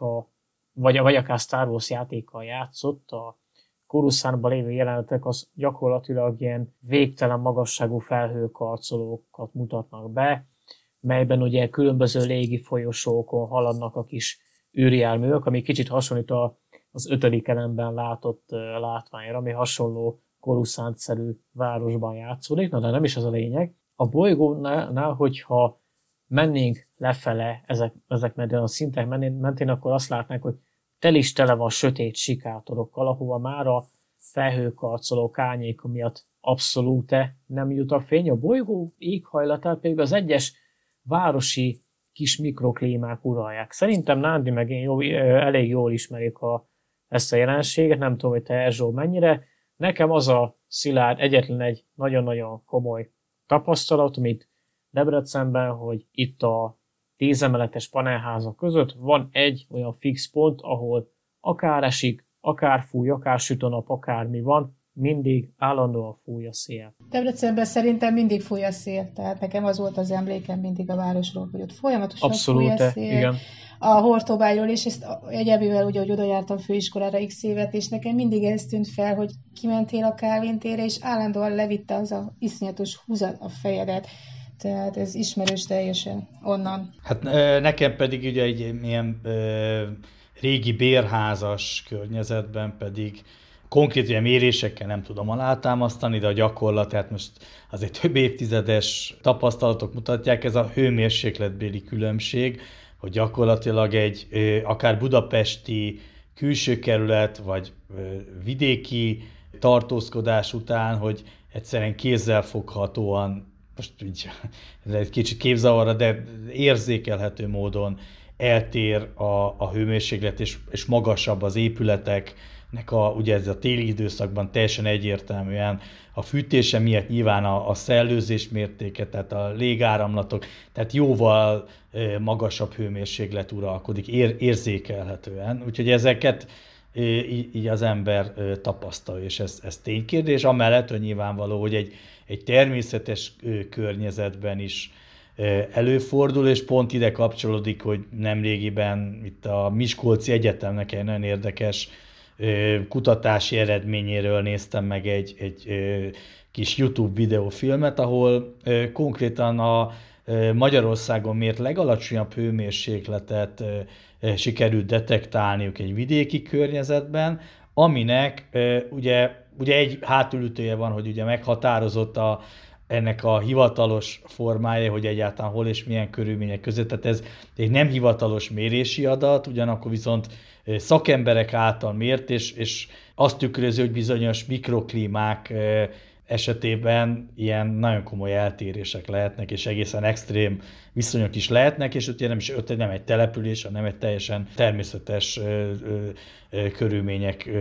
vagy akár Star Wars játékkal játszott, a Coruscantban lévő jelenetek az gyakorlatilag ilyen végtelen magasságú felhőkarcolókat mutatnak be, melyben ugye különböző légi folyosókon haladnak a kis űrjárművek, ami kicsit hasonlít az 5. elemben látott látványra, ami hasonló Coruscant-szerű városban játszódik, de nem is az a lényeg. A bolygónál, hogyha mennénk lefele, ezek mentén a szintek mentén, akkor azt látnánk, hogy tele van sötét sikátorokkal, ahova már a felhőkarcolók árnyéka miatt abszolút nem jut a fény. A bolygó éghajlatát pedig az egyes városi kis mikroklímák uralják. Szerintem Nándi meg én elég jól ismerik ezt a jelenséget, nem tudom, hogy te Erzsó mennyire. Nekem az a szilárd egyetlen egy nagyon-nagyon komoly tapasztalat, amit Debrecenben, hogy itt a 10 emeletes panelházak között van egy olyan fix pont, ahol akár esik, akár fúj, akár süt a nap, akármi van, mindig állandóan fúj a szél. Debrecenben szerintem mindig fúj a szél, tehát nekem az volt az emlékem mindig a városról, hogy ott folyamatosan fúj a szél. Igen. A Hortobágyról, és ezt egyébként ugye, hogy oda jártam főiskolára x évet, és nekem mindig ez tűnt fel, hogy kimentél a Kálvin térre, és állandóan levitte az a iszonyatos húzat a fejedet. Tehát ez ismerős teljesen onnan. Hát nekem pedig ugye egy ilyen régi bérházas környezetben pedig konkrét ugye mérésekkel nem tudom alátámasztani, de a gyakorlat, tehát most azért több évtizedes tapasztalatok mutatják, ez a hőmérsékletbéli különbség, hogy gyakorlatilag egy akár budapesti külső kerület, vagy vidéki tartózkodás után, hogy egyszerűen kézzelfoghatóan, most így egy kicsit képzavarra, de érzékelhető módon eltér a hőmérséklet, és magasabb az épületeknek ugye ez a téli időszakban teljesen egyértelműen a fűtése miatt nyilván a szellőzés mértéke, tehát a légáramlatok, tehát jóval magasabb hőmérséklet uralkodik, érzékelhetően. Úgyhogy ezeket így az ember tapasztal, és ez ténykérdés. Amellett, hogy nyilvánvaló, hogy egy természetes környezetben is előfordul, és pont ide kapcsolódik, hogy nemrégiben itt a Miskolci Egyetemnek egy nagyon érdekes kutatási eredményéről néztem meg egy kis YouTube videófilmet, ahol konkrétan a Magyarországon mért legalacsonyabb hőmérsékletet sikerült detektálniuk egy vidéki környezetben, aminek ugye egy hátulütője van, hogy ugye meghatározott ennek a hivatalos formája, hogy egyáltalán hol és milyen körülmények között. Tehát ez egy nem hivatalos mérési adat, ugyanakkor viszont szakemberek által mért, és azt tükrözi, hogy bizonyos mikroklímák esetében ilyen nagyon komoly eltérések lehetnek, és egészen extrém viszonyok is lehetnek, és ugye nem egy település, hanem egy teljesen természetes körülmények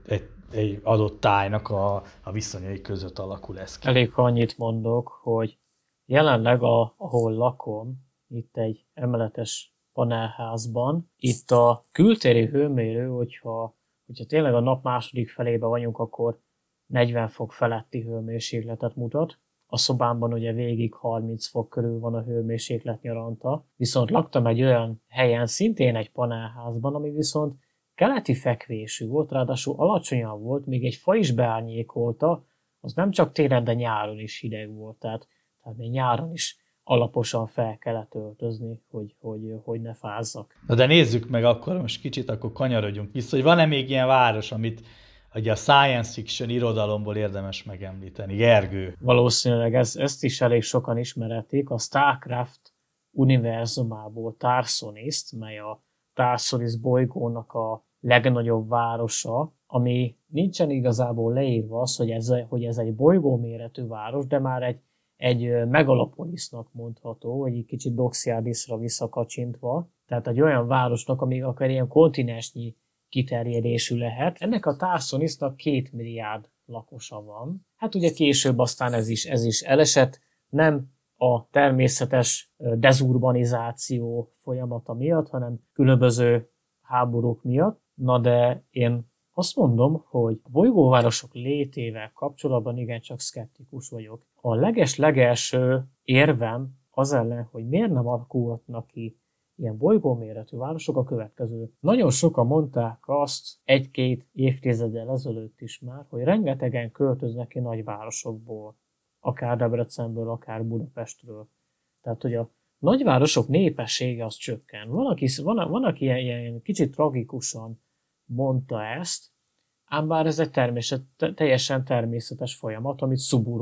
egy adott tájnak a viszonyai között alakul ez ki. Elég annyit mondok, hogy jelenleg ahol lakom, itt egy emeletes panelházban, itt a kültéri hőmérő, hogyha tényleg a nap második felében vagyunk, akkor 40 fok feletti hőmérsékletet mutat. A szobámban ugye végig 30 fok körül van a hőmérséklet nyaranta. Viszont laktam egy olyan helyen, szintén egy panelházban, ami viszont keleti fekvésű volt, ráadásul alacsonyabb volt, még egy fa is beárnyékolta, az nem csak télen, de nyáron is hideg volt. Tehát még nyáron is alaposan fel kellett öltözni, hogy ne fázzak. Na de nézzük meg akkor, most kicsit akkor kanyarodjunk vissza, hogy van-e még ilyen város, amit ugye a science fiction irodalomból érdemes megemlíteni? Gergő. Valószínűleg ezt is elég sokan ismeretik. A Starcraft univerzumából Tarsoniszt, mely a Tarsonis bolygónak a legnagyobb városa, ami nincsen igazából leírva az, hogy ez egy bolygóméretű város, de már egy megalopolisnak mondható, vagy egy kicsit Doxiadisra visszakacsintva. Tehát egy olyan városnak, ami akár ilyen kontinensnyi kiterjedésű lehet. Ennek a Tarsonisnak 2 milliárd lakosa van. Hát ugye később aztán ez is elesett, nem a természetes dezurbanizáció folyamata miatt, hanem különböző háborúk miatt. Na de én azt mondom, hogy a bolygóvárosok létével kapcsolatban igencsak szkeptikus vagyok. A legelső érvem az ellen, hogy miért nem alakulhatnak ki ilyen bolygóméretű városok a következő. Nagyon sokan mondták azt 1-2 évtizeddel ezelőtt is már, hogy rengetegen költöznek ki nagyvárosokból, akár Debrecenből, akár Budapestről. Tehát, hogy a nagyvárosok népessége az csökken. Van, aki ilyen kicsit tragikusan mondta ezt, ám bár ez egy teljesen természetes folyamat, amit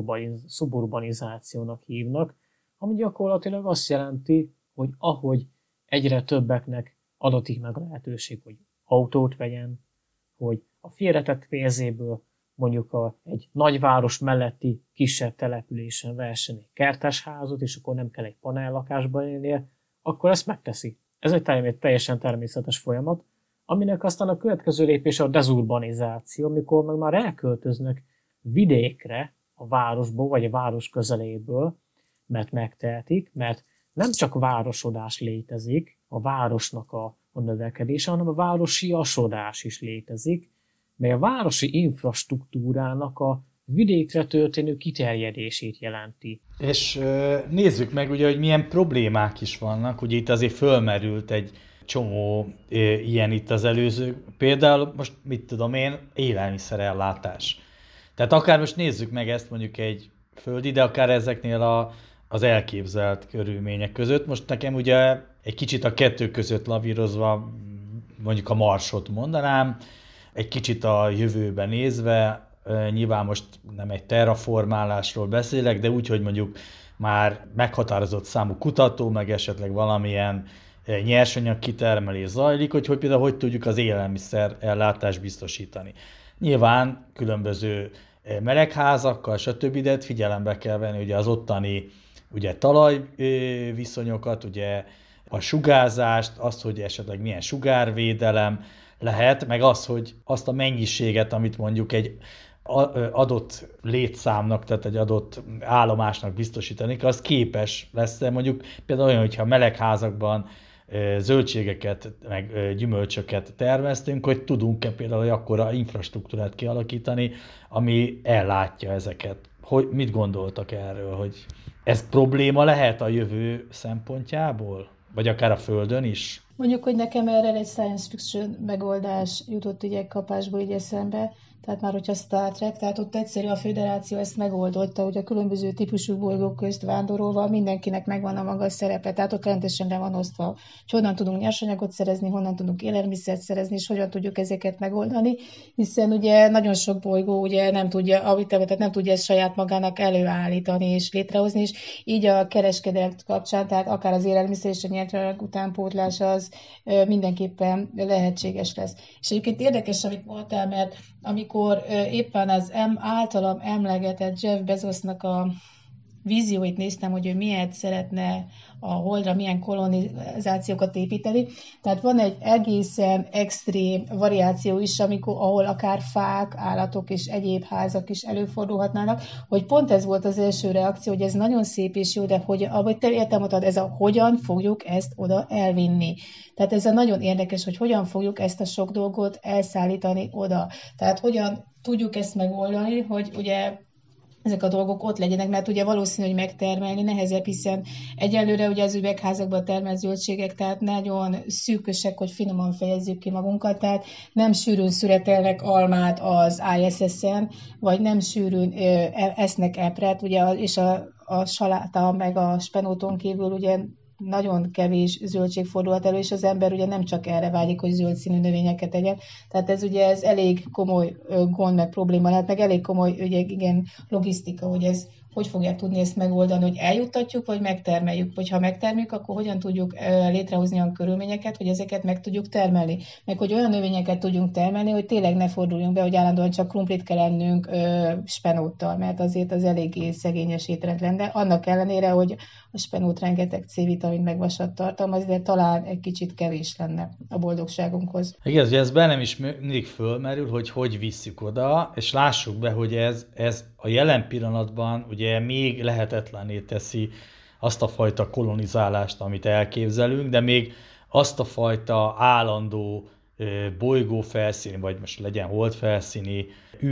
szuburbanizációnak hívnak, ami gyakorlatilag azt jelenti, hogy ahogy egyre többeknek adatik meg a lehetőség, hogy autót vegyen, hogy a félretett pénzéből mondjuk egy nagyváros melletti kisebb településen vehessen egy kertesházat, és akkor nem kell egy panellakásban élnie, akkor ezt megteszi. Ez egy teljesen természetes folyamat, aminek aztán a következő lépés a dezurbanizáció, amikor meg már elköltöznek vidékre a városból, vagy a város közeléből, mert megtehetik, mert nem csak városodás létezik, a városnak a növekedése, hanem a városiasodás is létezik, mely a városi infrastruktúrának a vidékre történő kiterjedését jelenti. És nézzük meg ugye, hogy milyen problémák is vannak. Ugye itt azért fölmerült egy csomó ilyen itt az előző. Például most mit tudom én, élelmiszerellátás. Tehát akár most nézzük meg ezt mondjuk egy földi, de akár ezeknél az elképzelt körülmények között. Most nekem ugye egy kicsit a kettő között lavírozva mondjuk a Marsot mondanám, egy kicsit a jövőben nézve, nyilván most nem egy terraformálásról beszélek, de úgy, hogy mondjuk már meghatározott számú kutató, meg esetleg valamilyen nyersanyag kitermelés zajlik, hogy például hogy tudjuk az élelmiszer ellátást biztosítani. Nyilván különböző melegházakkal, stb. De figyelembe kell venni ugye az ottani ugye talajviszonyokat, ugye a sugárzást, azt, hogy esetleg milyen sugárvédelem lehet, meg az, hogy azt a mennyiséget, amit mondjuk egy adott létszámnak, tehát egy adott állomásnak biztosítani, az képes lesz mondjuk például olyan, hogyha melegházakban zöldségeket, meg gyümölcsöket termesztünk, hogy tudunk-e például akkora infrastruktúrát kialakítani, ami ellátja ezeket. Mit gondoltak erről, hogy ez probléma lehet a jövő szempontjából? Vagy akár a Földön is? Mondjuk, hogy nekem erre egy science fiction megoldás jutott ugye kapásból így eszembe, tehát már hogyha Star Trek, tehát ott egyszerű a föderáció ezt megoldotta, hogy a különböző típusú bolygók közt vándorolva mindenkinek megvan a maga szerepe, tehát ott rendesen le van osztva, hogy honnan tudunk nyersanyagot szerezni, honnan tudunk élelmiszert szerezni, és hogyan tudjuk ezeket megoldani, hiszen ugye nagyon sok bolygó ugye nem tudja, tehát nem tudja ezt saját magának előállítani és létrehozni, és így a kereskedelem kapcsán, tehát akár az élelmiszer és a nyersanyag utánpótlás az mindenképpen lehetséges lesz. És egyébként érdekes, amit mondtál, mert amikor éppen az általam emlegetett Jeff Bezosnak a vízióit néztem, hogy ő miért szeretne a Holdra, milyen kolonizációkat építeni. Tehát van egy egészen extrém variáció is, ahol akár fák, állatok és egyéb házak is előfordulhatnának, hogy pont ez volt az első reakció, hogy ez nagyon szép és jó, de hogy, ahogy te értelmezted, ez a hogyan fogjuk ezt oda elvinni. Tehát ez a nagyon érdekes, hogy hogyan fogjuk ezt a sok dolgot elszállítani oda. Tehát hogyan tudjuk ezt megoldani, hogy ugye ezek a dolgok ott legyenek, mert ugye valószínű, hogy megtermelni nehezebb, hiszen egyelőre ugye az üvegházakban termelt zöldségek, tehát nagyon szűkösek, hogy finoman fejezzük ki magunkat, tehát nem sűrűn szüretelnek almát az ISS-en, vagy nem sűrűn esznek epret, ugye, és a saláta meg a spenóton kívül ugye nagyon kevés zöldség fordulhat elő, és az ember ugye nem csak erre vágyik, hogy zöld színű növényeket tegyen. Tehát ez elég komoly gond, meg probléma lehet, meg elég komoly ugye, igen, logisztika, hogy ez hogy fogják tudni ezt megoldani, hogy eljuttatjuk, vagy megtermeljük. Vagy ha megtermeljük, akkor hogyan tudjuk létrehozni olyan körülményeket, hogy ezeket meg tudjuk termelni. Meg hogy olyan növényeket tudjunk termelni, hogy tényleg ne forduljunk be, hogy állandóan csak krumplit kell ennünk spenóttal, mert azért az eléggé szegényes étrend lenne. Annak ellenére, hogy a spenót rengeteg C-vitamin meg vasat tartalmaz, de talán egy kicsit kevés lenne a boldogságunkhoz. Igen, hogy ez bennem is mindig fölmerül, hogy visszük oda, és lássuk be, hogy ez a jelen pillanatban ugye még lehetetlenné teszi azt a fajta kolonizálást, amit elképzelünk, de még azt a fajta állandó bolygófelszíni, vagy most legyen holdfelszíni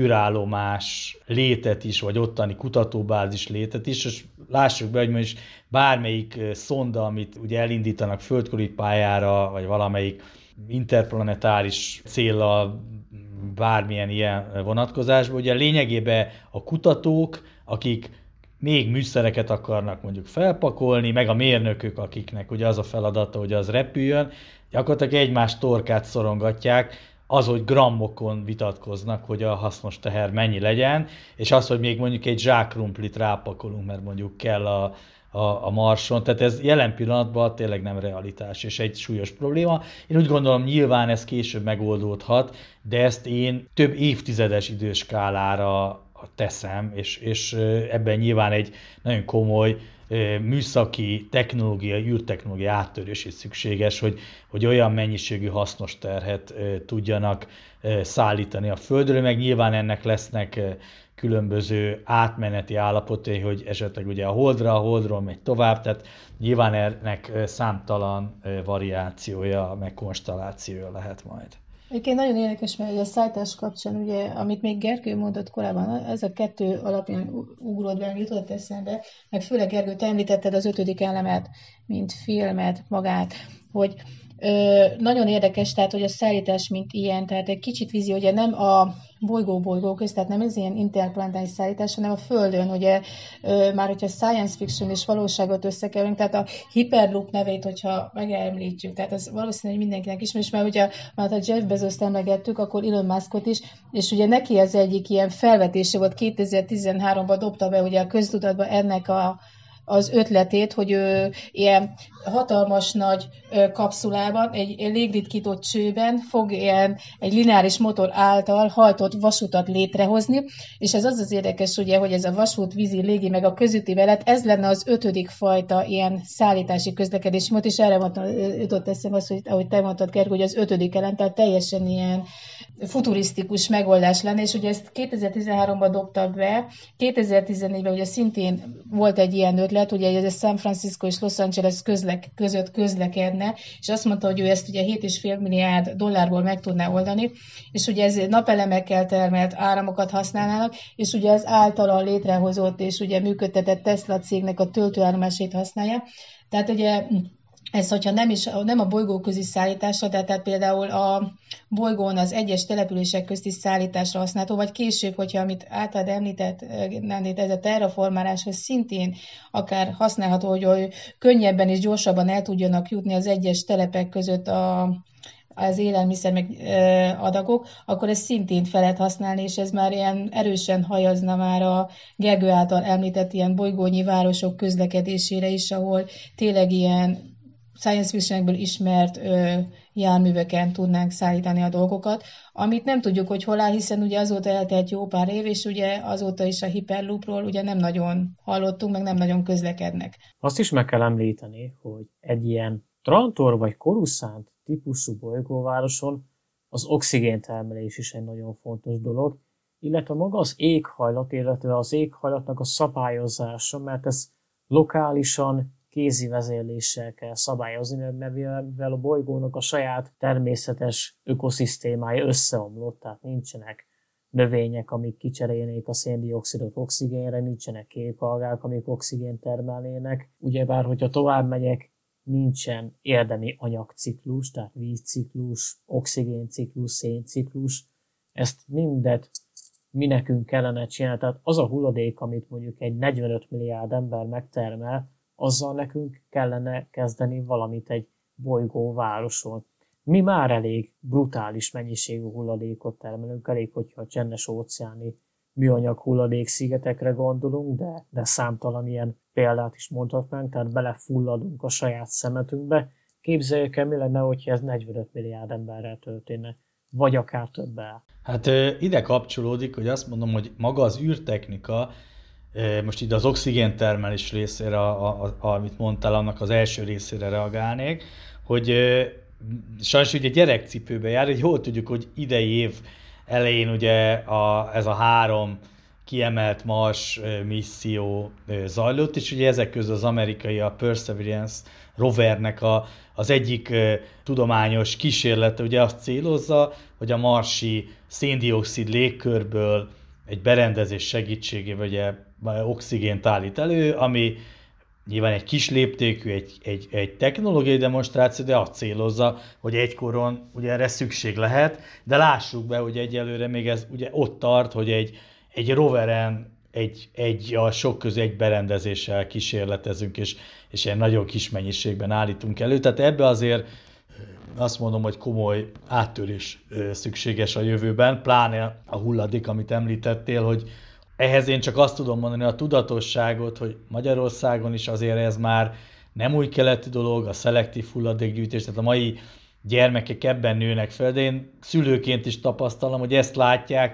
űrállomás létet is, vagy ottani kutatóbázis létet is, és lássuk be, hogy most bármelyik szonda, amit ugye elindítanak földkörüli pályára, vagy valamelyik interplanetáris céllal, bármilyen ilyen vonatkozásban, ugye lényegében a kutatók, akik még műszereket akarnak mondjuk felpakolni, meg a mérnökök, akiknek ugye az a feladata, hogy az repüljön, gyakorlatilag egymás torkát szorongatják, az, hogy grammokon vitatkoznak, hogy a hasznos teher mennyi legyen, és az, hogy még mondjuk egy zsákkrumplit rápakolunk, mert mondjuk kell a Marson. Tehát ez jelen pillanatban tényleg nem realitás, és egy súlyos probléma. Én úgy gondolom, nyilván ez később megoldódhat, de ezt én több évtizedes időskálára teszem, és ebben nyilván egy nagyon komoly műszaki, technológiai, űrtechnológiai áttörés is szükséges, hogy olyan mennyiségű hasznos terhet tudjanak szállítani a Földről, meg nyilván ennek lesznek különböző átmeneti állapotai, hogy esetleg ugye a Holdról megy tovább, tehát nyilván ennek számtalan variációja, meg konstellációja lehet majd. Egyébként nagyon érdekes, mert a szállítás kapcsán, ugye, amit még Gergő mondott korábban, ez a kettő alapján ugrott be, jutott eszembe, meg főleg Gergő, te említetted az 5. elemet, mint filmet magát, hogy nagyon érdekes, tehát, hogy a szállítás mint ilyen, tehát egy kicsit vízió, ugye nem a bolygó közt, tehát nem ez ilyen interplanetáris szállítás, hanem a Földön, ugye már hogyha science fiction és valóságot összekerülünk, tehát a Hyperloop nevét, hogyha megemlítjük, tehát az valószínű, hogy mindenkinek ismerős, mert ugye már ha Jeff Bezos-t emlegettük, akkor Elon Muskot is, és ugye neki az egyik ilyen felvetése volt, 2013-ban dobta be ugye a köztudatba ennek a az ötletét, hogy ilyen hatalmas nagy kapszulában, egy légritkított csőben fog egy lineáris motor által hajtott vasutat létrehozni, és ez az érdekes, ugye, hogy ez a vasút, vízi, légi, meg a közúti velet, ez lenne az 5. fajta ilyen szállítási közlekedési mód, és erre jutott eszembe az, hogy ahogy te mondtad, Gergő, hogy az 5. ellen, tehát teljesen ilyen futurisztikus megoldás lenne, és ugye ezt 2013-ban dobtak be, 2014-ben ugye szintén volt egy ilyen ötlet, ugye ez a San Francisco és Los Angeles között közlekedne, és azt mondta, hogy ő ezt ugye 7,5 milliárd dollárból meg tudná oldani, és ugye ez napelemekkel termelt áramokat használnának, és ugye az általa létrehozott és ugye működtetett Tesla cégnek a töltőállomásait használja. Tehát ugye ez, hogyha nem a bolygóközi szállításra, de tehát például a bolygón az egyes települések közti szállításra használható, vagy később, hogyha amit általad említett, ez a terraformáláshoz szintén akár használható, hogy könnyebben és gyorsabban el tudjanak jutni az egyes telepek között az élelmiszer meg adagok, akkor ezt szintén fel lehet használni, és ez már ilyen erősen hajazna már a Gergő által említett ilyen bolygónyi városok közlekedésére is, ahol tényleg ilyen science fictionekből ismert járműveken tudnánk szállítani a dolgokat, amit nem tudjuk, hogy hol áll, hiszen ugye azóta eltelt jó pár év, és ugye azóta is a Hyperloopról ugye nem nagyon hallottunk, meg nem nagyon közlekednek. Azt is meg kell említeni, hogy egy ilyen Trantor vagy Coruscant típusú bolygóvároson az oxigéntermelés is egy nagyon fontos dolog, illetve maga az éghajlat, illetve az éghajlatnak a szabályozása, mert ez lokálisan kézi vezérléssel kell szabályozni, mert mivel a bolygónak a saját természetes ökoszisztémája összeomlott, tehát nincsenek növények, amik kicserélnék a széndioxidot oxigénre, nincsenek kékalgák, amik oxigént termelnének. Ugyebár, hogyha tovább megyek, nincsen érdemi anyagciklus, tehát vízciklus, oxigénciklus, szénciklus. Ezt mindet mi nekünk kellene csinálni. Tehát az a hulladék, amit mondjuk egy 45 milliárd ember megtermel, azzal nekünk kellene kezdeni valamit egy bolygóvároson. Mi már elég brutális mennyiségű hulladékot termelünk, elég, hogyha a csendes óceáni műanyag hulladék szigetekre gondolunk, de számtalan ilyen példát is mondhatnánk, tehát belefulladunk a saját szemetünkbe. Képzeljük el, mi lenne, hogyha ez 45 milliárd emberrel történne, vagy akár többel. Hát ide kapcsolódik, hogy azt mondom, hogy maga az űrtechnika, most itt az oxigéntermelés részére, amit mondtál, annak az első részére reagálnék, hogy sajnos ugye gyerekcipőbe jár, hogy jól tudjuk, hogy idei év elején ugye ez a 3 kiemelt Mars misszió zajlott, és ugye ezek közül az amerikai, a Perseverance rovernek az egyik tudományos kísérlete ugye azt célozza, hogy a marsi széndioxid légkörből egy berendezés segítségével ugye oxigént állít elő, ami nyilván egy kis léptékű, egy technológiai demonstráció, de azt célozza, hogy egykoron ugye erre szükség lehet, de lássuk be, hogy egyelőre még ez ugye ott tart, hogy egy roveren a sok közül egy berendezéssel kísérletezünk, és ilyen nagyon kis mennyiségben állítunk elő. Tehát ebbe azért azt mondom, hogy komoly áttörés szükséges a jövőben, pláne a hulladék, amit említettél, hogy ehhez én csak azt tudom mondani, a tudatosságot, hogy Magyarországon is azért ez már nem új keleti dolog, a szelektív hulladékgyűjtés, tehát a mai gyermekek ebben nőnek fel, de én szülőként is tapasztalom, hogy ezt látják,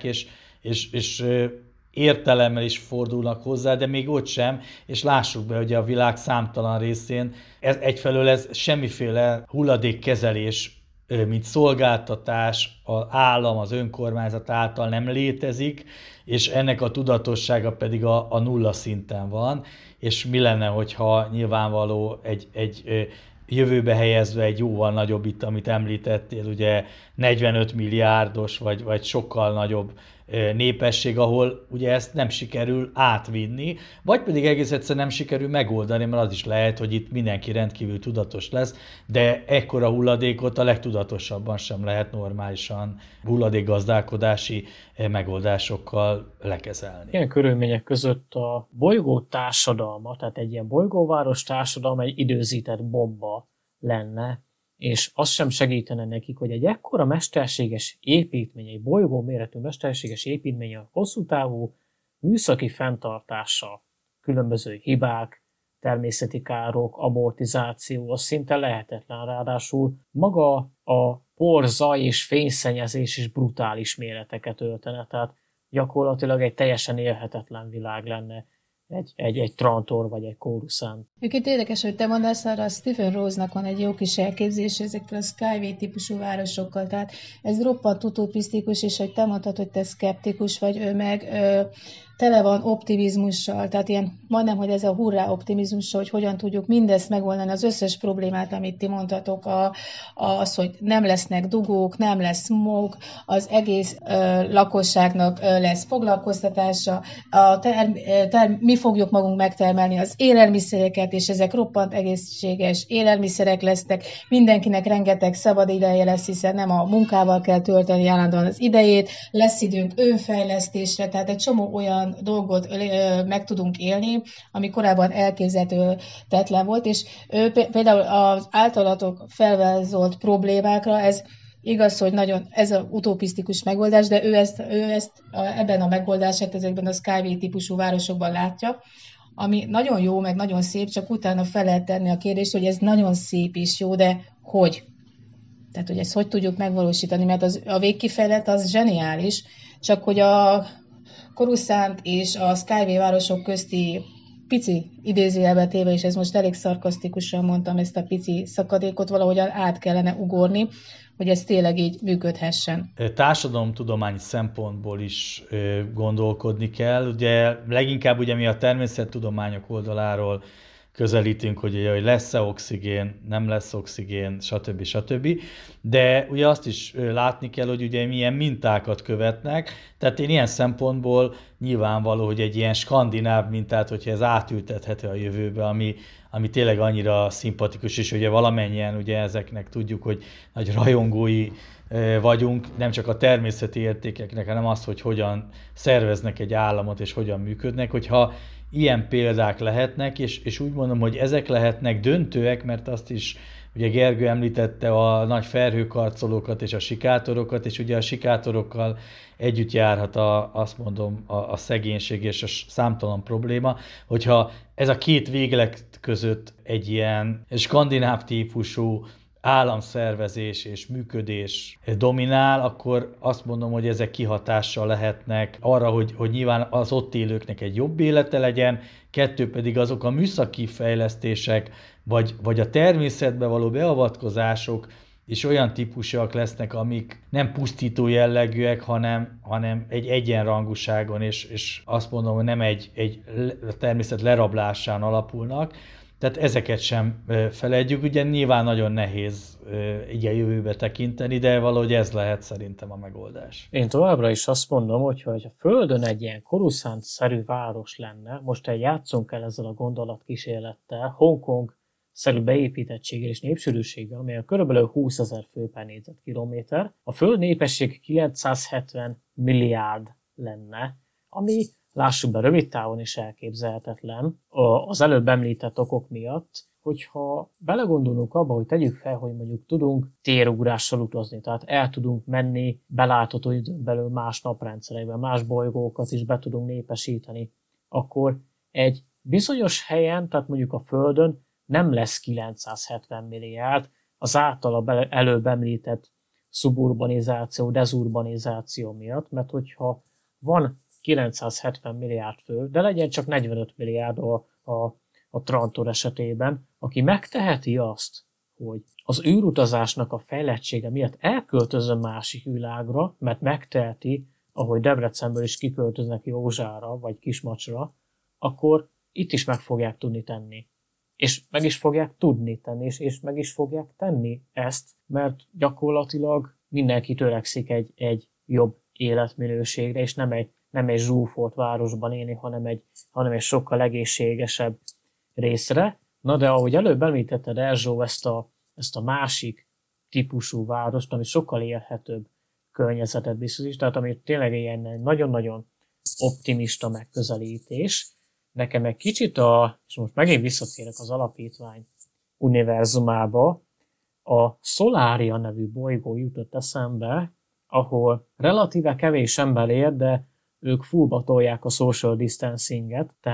és értelemmel is fordulnak hozzá, de még ott sem, és lássuk be, hogy a világ számtalan részén egyfelől ez semmiféle hulladékkezelés, mint szolgáltatás az állam, az önkormányzat által nem létezik, és ennek a tudatossága pedig a nulla szinten van, és mi lenne, hogyha nyilvánvaló egy jövőbe helyezve egy jóval nagyobb itt, amit említettél, ugye 45 milliárdos, vagy sokkal nagyobb népesség, ahol ugye ezt nem sikerül átvinni, vagy pedig egész egyszerűen nem sikerül megoldani, mert az is lehet, hogy itt mindenki rendkívül tudatos lesz, de ekkora hulladékot a legtudatosabban sem lehet normálisan hulladékgazdálkodási megoldásokkal lekezelni. Ilyen körülmények között a bolygó társadalma, tehát egy ilyen bolygóváros társadalma egy időzített bomba lenne, és az sem segítene nekik, hogy egy ekkora mesterséges építmény, egy bolygó méretű mesterséges építmény a hosszú távú műszaki fenntartása, különböző hibák, természeti károk, amortizáció, az szinte lehetetlen. Ráadásul maga a porzaj és fényszennyezés is brutális méreteket öltene, tehát gyakorlatilag egy teljesen élhetetlen világ lenne egy Trantor vagy egy Coruscant. Egyébként érdekes, hogy te mondasz arra, a Stephen Rose-nak van egy jó kis elképzelés ezekkel a Skyway típusú városokkal, tehát ez roppant utopisztikus, és hogy te mondtad, hogy te szkeptikus vagy, ő meg tele van optimizmussal, tehát ilyen majdnem, hogy ez a hurrá optimizmussal, hogy hogyan tudjuk mindezt megoldani, az összes problémát, amit ti mondtatok, az, hogy nem lesznek dugók, nem lesz smog, az egész lakosságnak lesz foglalkoztatása, mi fogjuk magunk megtermelni az élelmiszereket, és ezek roppant egészséges élelmiszerek lesznek, mindenkinek rengeteg szabad ideje lesz, hiszen nem a munkával kell tölteni állandóan az idejét, lesz időnk önfejlesztésre, tehát egy csomó olyan dolgot meg tudunk élni, ami korábban elképzelhetetlen volt, és például az általatok felvázolt problémákra, ez igaz, hogy nagyon ez az utopisztikus megoldás, de ő ezt ebben a megoldását, ezekben a Skyway típusú városokban látja, ami nagyon jó, meg nagyon szép, csak utána fel lehet tenni a kérdést, hogy ez nagyon szép és jó, de hogy? Tehát, hogy ezt hogy tudjuk megvalósítani, mert a végkifejlet az zseniális, csak hogy a Coruscant és a Skyway városok közti pici idézőjelbe téve, és ez most elég szarkasztikusan mondtam, ezt a pici szakadékot valahogyan át kellene ugorni, hogy ez tényleg így működhessen. Társadalomtudományi szempontból is gondolkodni kell. Ugye leginkább ugye mi a természettudományok oldaláról közelítünk, hogy lesz-e oxigén, nem lesz oxigén, stb. De ugye azt is látni kell, hogy ugye milyen mintákat követnek, tehát én ilyen szempontból nyilvánvaló, hogy egy ilyen skandináv mintát, hogyha ez átültethető a jövőbe, ami tényleg annyira szimpatikus, és ugye valamennyien ugye ezeknek tudjuk, hogy nagy rajongói vagyunk, nem csak a természeti értékeknek, hanem az, hogy hogyan szerveznek egy államot, és hogyan működnek, hogyha ilyen példák lehetnek, és úgy mondom, hogy ezek lehetnek döntőek, mert azt is ugye Gergő említette a nagy felhőkarcolókat és a sikátorokat, és ugye a sikátorokkal együtt járhat azt mondom a szegénység és a számtalan probléma, hogyha ez a két véglet között egy ilyen skandináv típusú államszervezés és működés dominál, akkor azt mondom, hogy ezek kihatással lehetnek arra, hogy nyilván az ott élőknek egy jobb élete legyen, kettő pedig azok a műszaki fejlesztések, vagy a természetbe való beavatkozások és olyan típusúak lesznek, amik nem pusztító jellegűek, hanem egy egyenrangúságon, és azt mondom, hogy nem egy természet lerablásán alapulnak. Tehát ezeket sem feledjük, ugye nyilván nagyon nehéz így a jövőbe tekinteni, de valahogy ez lehet szerintem a megoldás. Én továbbra is azt mondom, hogy ha a Földön egy ilyen Coruscant-szerű város lenne, most játszunk el ezzel a gondolatkísérlettel, Hongkong-szerű beépítettséggel és népsűrűséggel, amely körülbelül 20 000 fő per négyzetkilométer, a Föld népesség 970 milliárd lenne, ami lássuk be, rövid távon is elképzelhetetlen az előbb említett okok miatt, hogyha belegondolunk abba, hogy tegyük fel, hogy mondjuk tudunk térugrással utazni, tehát el tudunk menni belátható időn belül más naprendszerekben, más bolygókat is be tudunk népesíteni, akkor egy bizonyos helyen, tehát mondjuk a Földön nem lesz 970 milliárd, az általa előbb említett szuburbanizáció, dezurbanizáció miatt, mert hogyha van 970 milliárd fő, de legyen csak 45 milliárd a Trantor esetében, aki megteheti azt, hogy az űrutazásnak a fejlettsége miatt elköltözön másik világra, mert megteheti, ahogy Debrecenből is kiköltöznek Józsára vagy Kismacsra, akkor itt is meg fogják tudni tenni. És meg is fogják tudni tenni, és meg is fogják tenni ezt, mert gyakorlatilag mindenki törekszik egy jobb életminőségre, és nem egy zsúfolt városban élni, hanem egy sokkal egészségesebb részre. Na de ahogy előbb említetted, Erzsó, ezt a másik típusú várost, ami sokkal élhetőbb környezetet biztosít, tehát ami tényleg ilyen nagyon-nagyon optimista megközelítés. Nekem egy kicsit és most megint visszatérek az alapítvány univerzumába, a Solaria nevű bolygó jutott eszembe, ahol relatíve kevés ember ér, de ők fullba tolják a social distancinget, tehát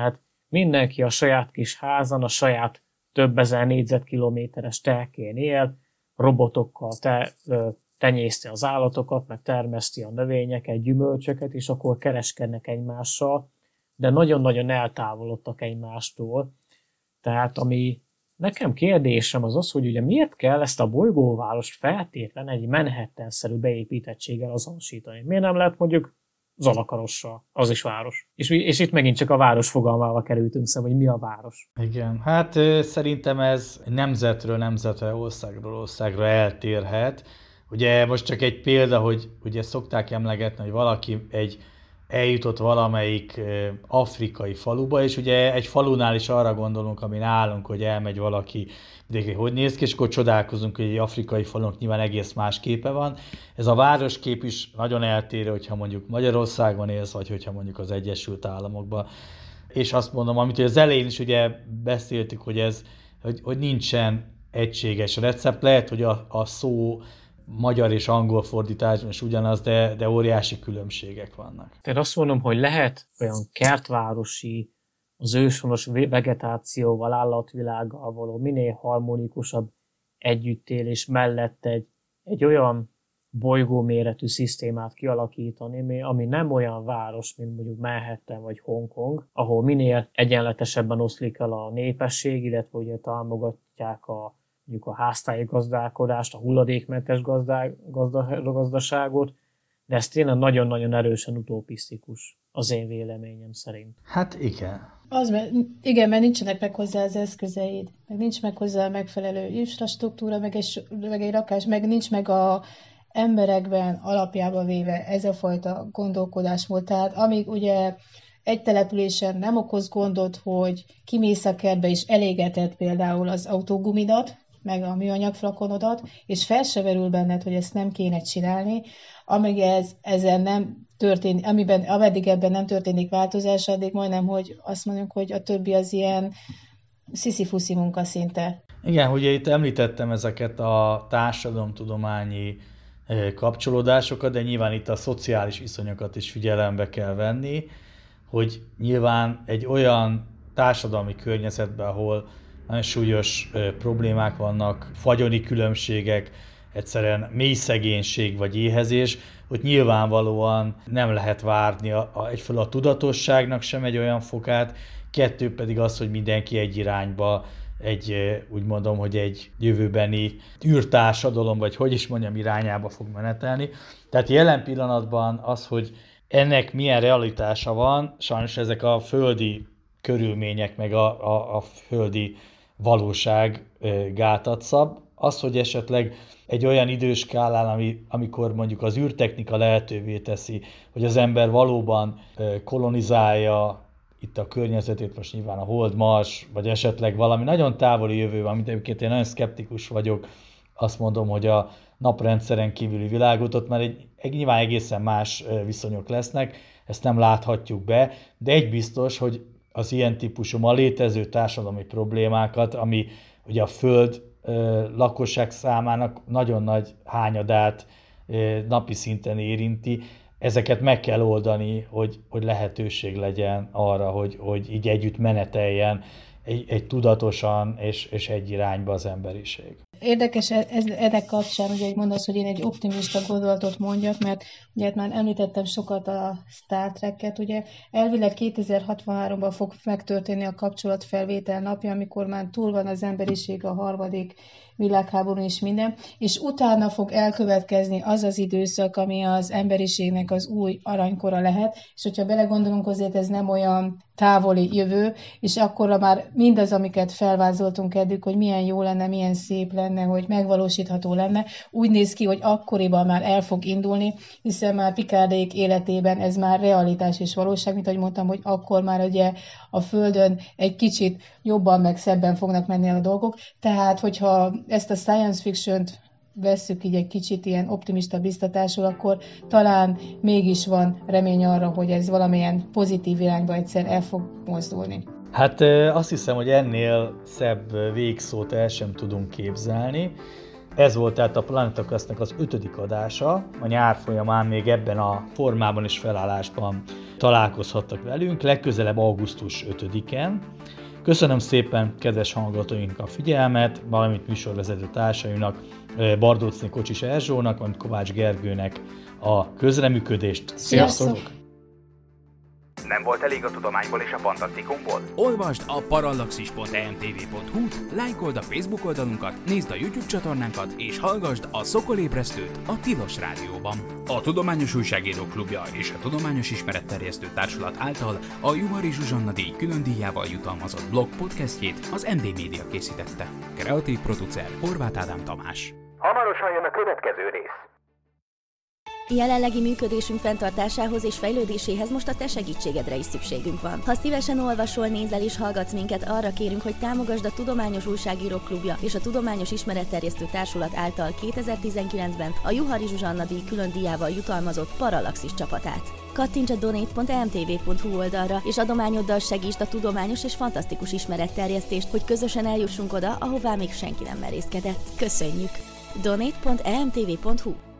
mindenki a saját kis házan, a saját több ezer négyzetkilométeres telkén él, robotokkal tenyészti az állatokat, meg termeszti a növényeket, gyümölcsöket, és akkor kereskednek egymással, de nagyon-nagyon eltávolodtak egymástól. Tehát ami nekem kérdésem az az, hogy ugye miért kell ezt a bolygóvárost feltétlen egy Manhattan-szerű beépítettséggel azonosítani? Miért nem lehet mondjuk Zalakarossal, az is város? És itt megint csak a város fogalmával kerültünk szembe, hogy mi a város. Igen, hát szerintem ez nemzetről nemzetre, országról országra eltérhet. Ugye most csak egy példa, hogy ugye szokták emlegetni, hogy valaki eljutott valamelyik afrikai faluba, és ugye egy falunál is arra gondolunk, ami nálunk, hogy elmegy valaki, hogy néz ki, és akkor csodálkozunk, hogy egy afrikai falunak nyilván egész más képe van. Ez a városkép is nagyon eltérő, hogyha mondjuk Magyarországon élsz, vagy hogyha mondjuk az Egyesült Államokban. És azt mondom, amit az elején is ugye beszéltük, hogy nincsen egységes recept, lehet, hogy a szó magyar és angol fordításban is ugyanaz, de óriási különbségek vannak. Tehát azt mondom, hogy lehet olyan kertvárosi, az őshonos vegetációval, állatvilággal való minél harmonikusabb együttélés mellett egy olyan bolygóméretű szisztémát kialakítani, ami nem olyan város, mint mondjuk Manhattan vagy Hongkong, ahol minél egyenletesebben oszlik el a népesség, illetve ugye támogatják mondjuk a háztáji gazdálkodást, a hulladékmentes gazdaságot, de ez tényleg nagyon-nagyon erősen utopisztikus, az én véleményem szerint. Hát igen. Igen, mert nincsenek meg hozzá az eszközeid, meg nincs meg hozzá a megfelelő infrastruktúra, meg egy rakás, meg nincs meg a emberekben alapjába véve ez a fajta gondolkodásmód. Tehát amíg ugye egy településen nem okoz gondot, hogy kimész a kertbe és elégeted például az autógumidat, meg a műanyag flakonodat, és fel se verül benned, hogy ezt nem kéne csinálni, amíg ezen nem történik, ameddig ebben nem történik változás, addig majdnem, hogy azt mondjuk, hogy a többi az ilyen sziszifuszi munka szinte. Igen, ugye itt említettem ezeket a társadalomtudományi kapcsolódásokat, de nyilván itt a szociális viszonyokat is figyelembe kell venni, hogy nyilván egy olyan társadalmi környezetben, ahol nagyon súlyos problémák vannak, vagyoni különbségek, egyszerűen mély szegénység vagy éhezés, hogy nyilvánvalóan nem lehet várni egyfelől a tudatosságnak sem egy olyan fokát, kettő pedig az, hogy mindenki egy irányba, úgy mondom, hogy egy jövőbeni űrtársadalom, vagy hogy is mondjam, irányába fog menetelni. Tehát jelen pillanatban az, hogy ennek milyen realitása van, sajnos ezek a földi körülmények, meg a földi valóság gátat szab. Az, hogy esetleg egy olyan időskálán, amikor mondjuk az űrtechnika lehetővé teszi, hogy az ember valóban kolonizálja itt a környezetét, most nyilván a Hold, Mars, vagy esetleg valami nagyon távoli jövőben, amit egyébként én nagyon szkeptikus vagyok, azt mondom, hogy a naprendszeren kívüli világot, ott már nyilván egészen más viszonyok lesznek, ezt nem láthatjuk be, de egy biztos, hogy az ilyen típusú ma létező társadalmi problémákat, ami ugye a Föld lakosság számának nagyon nagy hányadát napi szinten érinti, ezeket meg kell oldani, hogy lehetőség legyen arra, hogy így együtt meneteljen egy tudatosan és egy irányba az emberiség. Érdekes ennek kapcsán, ugye, hogy mondasz, hogy én egy optimista gondolatot mondjak, mert ugye már említettem sokat a Star Trek-et, ugye elvileg 2063-ban fog megtörténni a kapcsolatfelvétel napja, amikor már túl van az emberiség a harmadik világháború és minden, és utána fog elkövetkezni az az időszak, ami az emberiségnek az új aranykora lehet, és hogyha belegondolunk, azért ez nem olyan távoli jövő, és akkorra már mindaz, amiket felvázoltunk eddig, hogy milyen jó lenne, milyen szép lenne, hogy megvalósítható lenne, úgy néz ki, hogy akkoriban már el fog indulni, hiszen már Picardék életében ez már realitás és valóság, mint ahogy mondtam, hogy akkor már ugye a Földön egy kicsit jobban meg szebben fognak menni a dolgok, tehát hogyha ezt a science fiction-t vesszük így egy kicsit ilyen optimista biztatásul, akkor talán mégis van remény arra, hogy ez valamilyen pozitív irányba egyszer el fog mozdulni. Hát azt hiszem, hogy ennél szebb végszót el sem tudunk képzelni. Ez volt tehát a PlanetoCast-nek az 5. adása. A nyár folyamán még ebben a formában és felállásban találkozhattak velünk, legközelebb augusztus 5-en. Köszönöm szépen kedves hallgatóink a figyelmet, valamint műsorvezető társaimnak, Bardóczné Kocsis Erzsónak, valamint Kovács Gergőnek a közreműködést. Sziasztok! Nem volt elég a tudományból és a fantasztikumból? Olvasd a parallaxis.emtv.hu-t, lájkold a Facebook oldalunkat, nézd a YouTube csatornánkat és hallgasd a Szokolébresztőt a Tilos Rádióban. A Tudományos Újságírók Klubja és a Tudományos Ismeretterjesztő Társulat által a Juhari Zsuzsanna díj külön díjával jutalmazott blog podcastjét az MD Media készítette. Kreatív producer Horváth Ádám Tamás. Hamarosan jön a következő rész. Jelenlegi működésünk fenntartásához és fejlődéséhez most a te segítségedre is szükségünk van. Ha szívesen olvasol, nézel és hallgatsz minket, arra kérünk, hogy támogasd a Tudományos Újságírók Klubja és a Tudományos Ismeretterjesztő Társulat által 2019-ben a Juhari Zsuzsanna díj külön díjával jutalmazott Parallaxis csapatát. Kattints a donate.emtv.hu oldalra, és adományoddal segítsd a tudományos és fantasztikus ismeretterjesztést, hogy közösen eljussunk oda, ahová még senki nem merészkedett. Köszönjük! donate.emtv.hu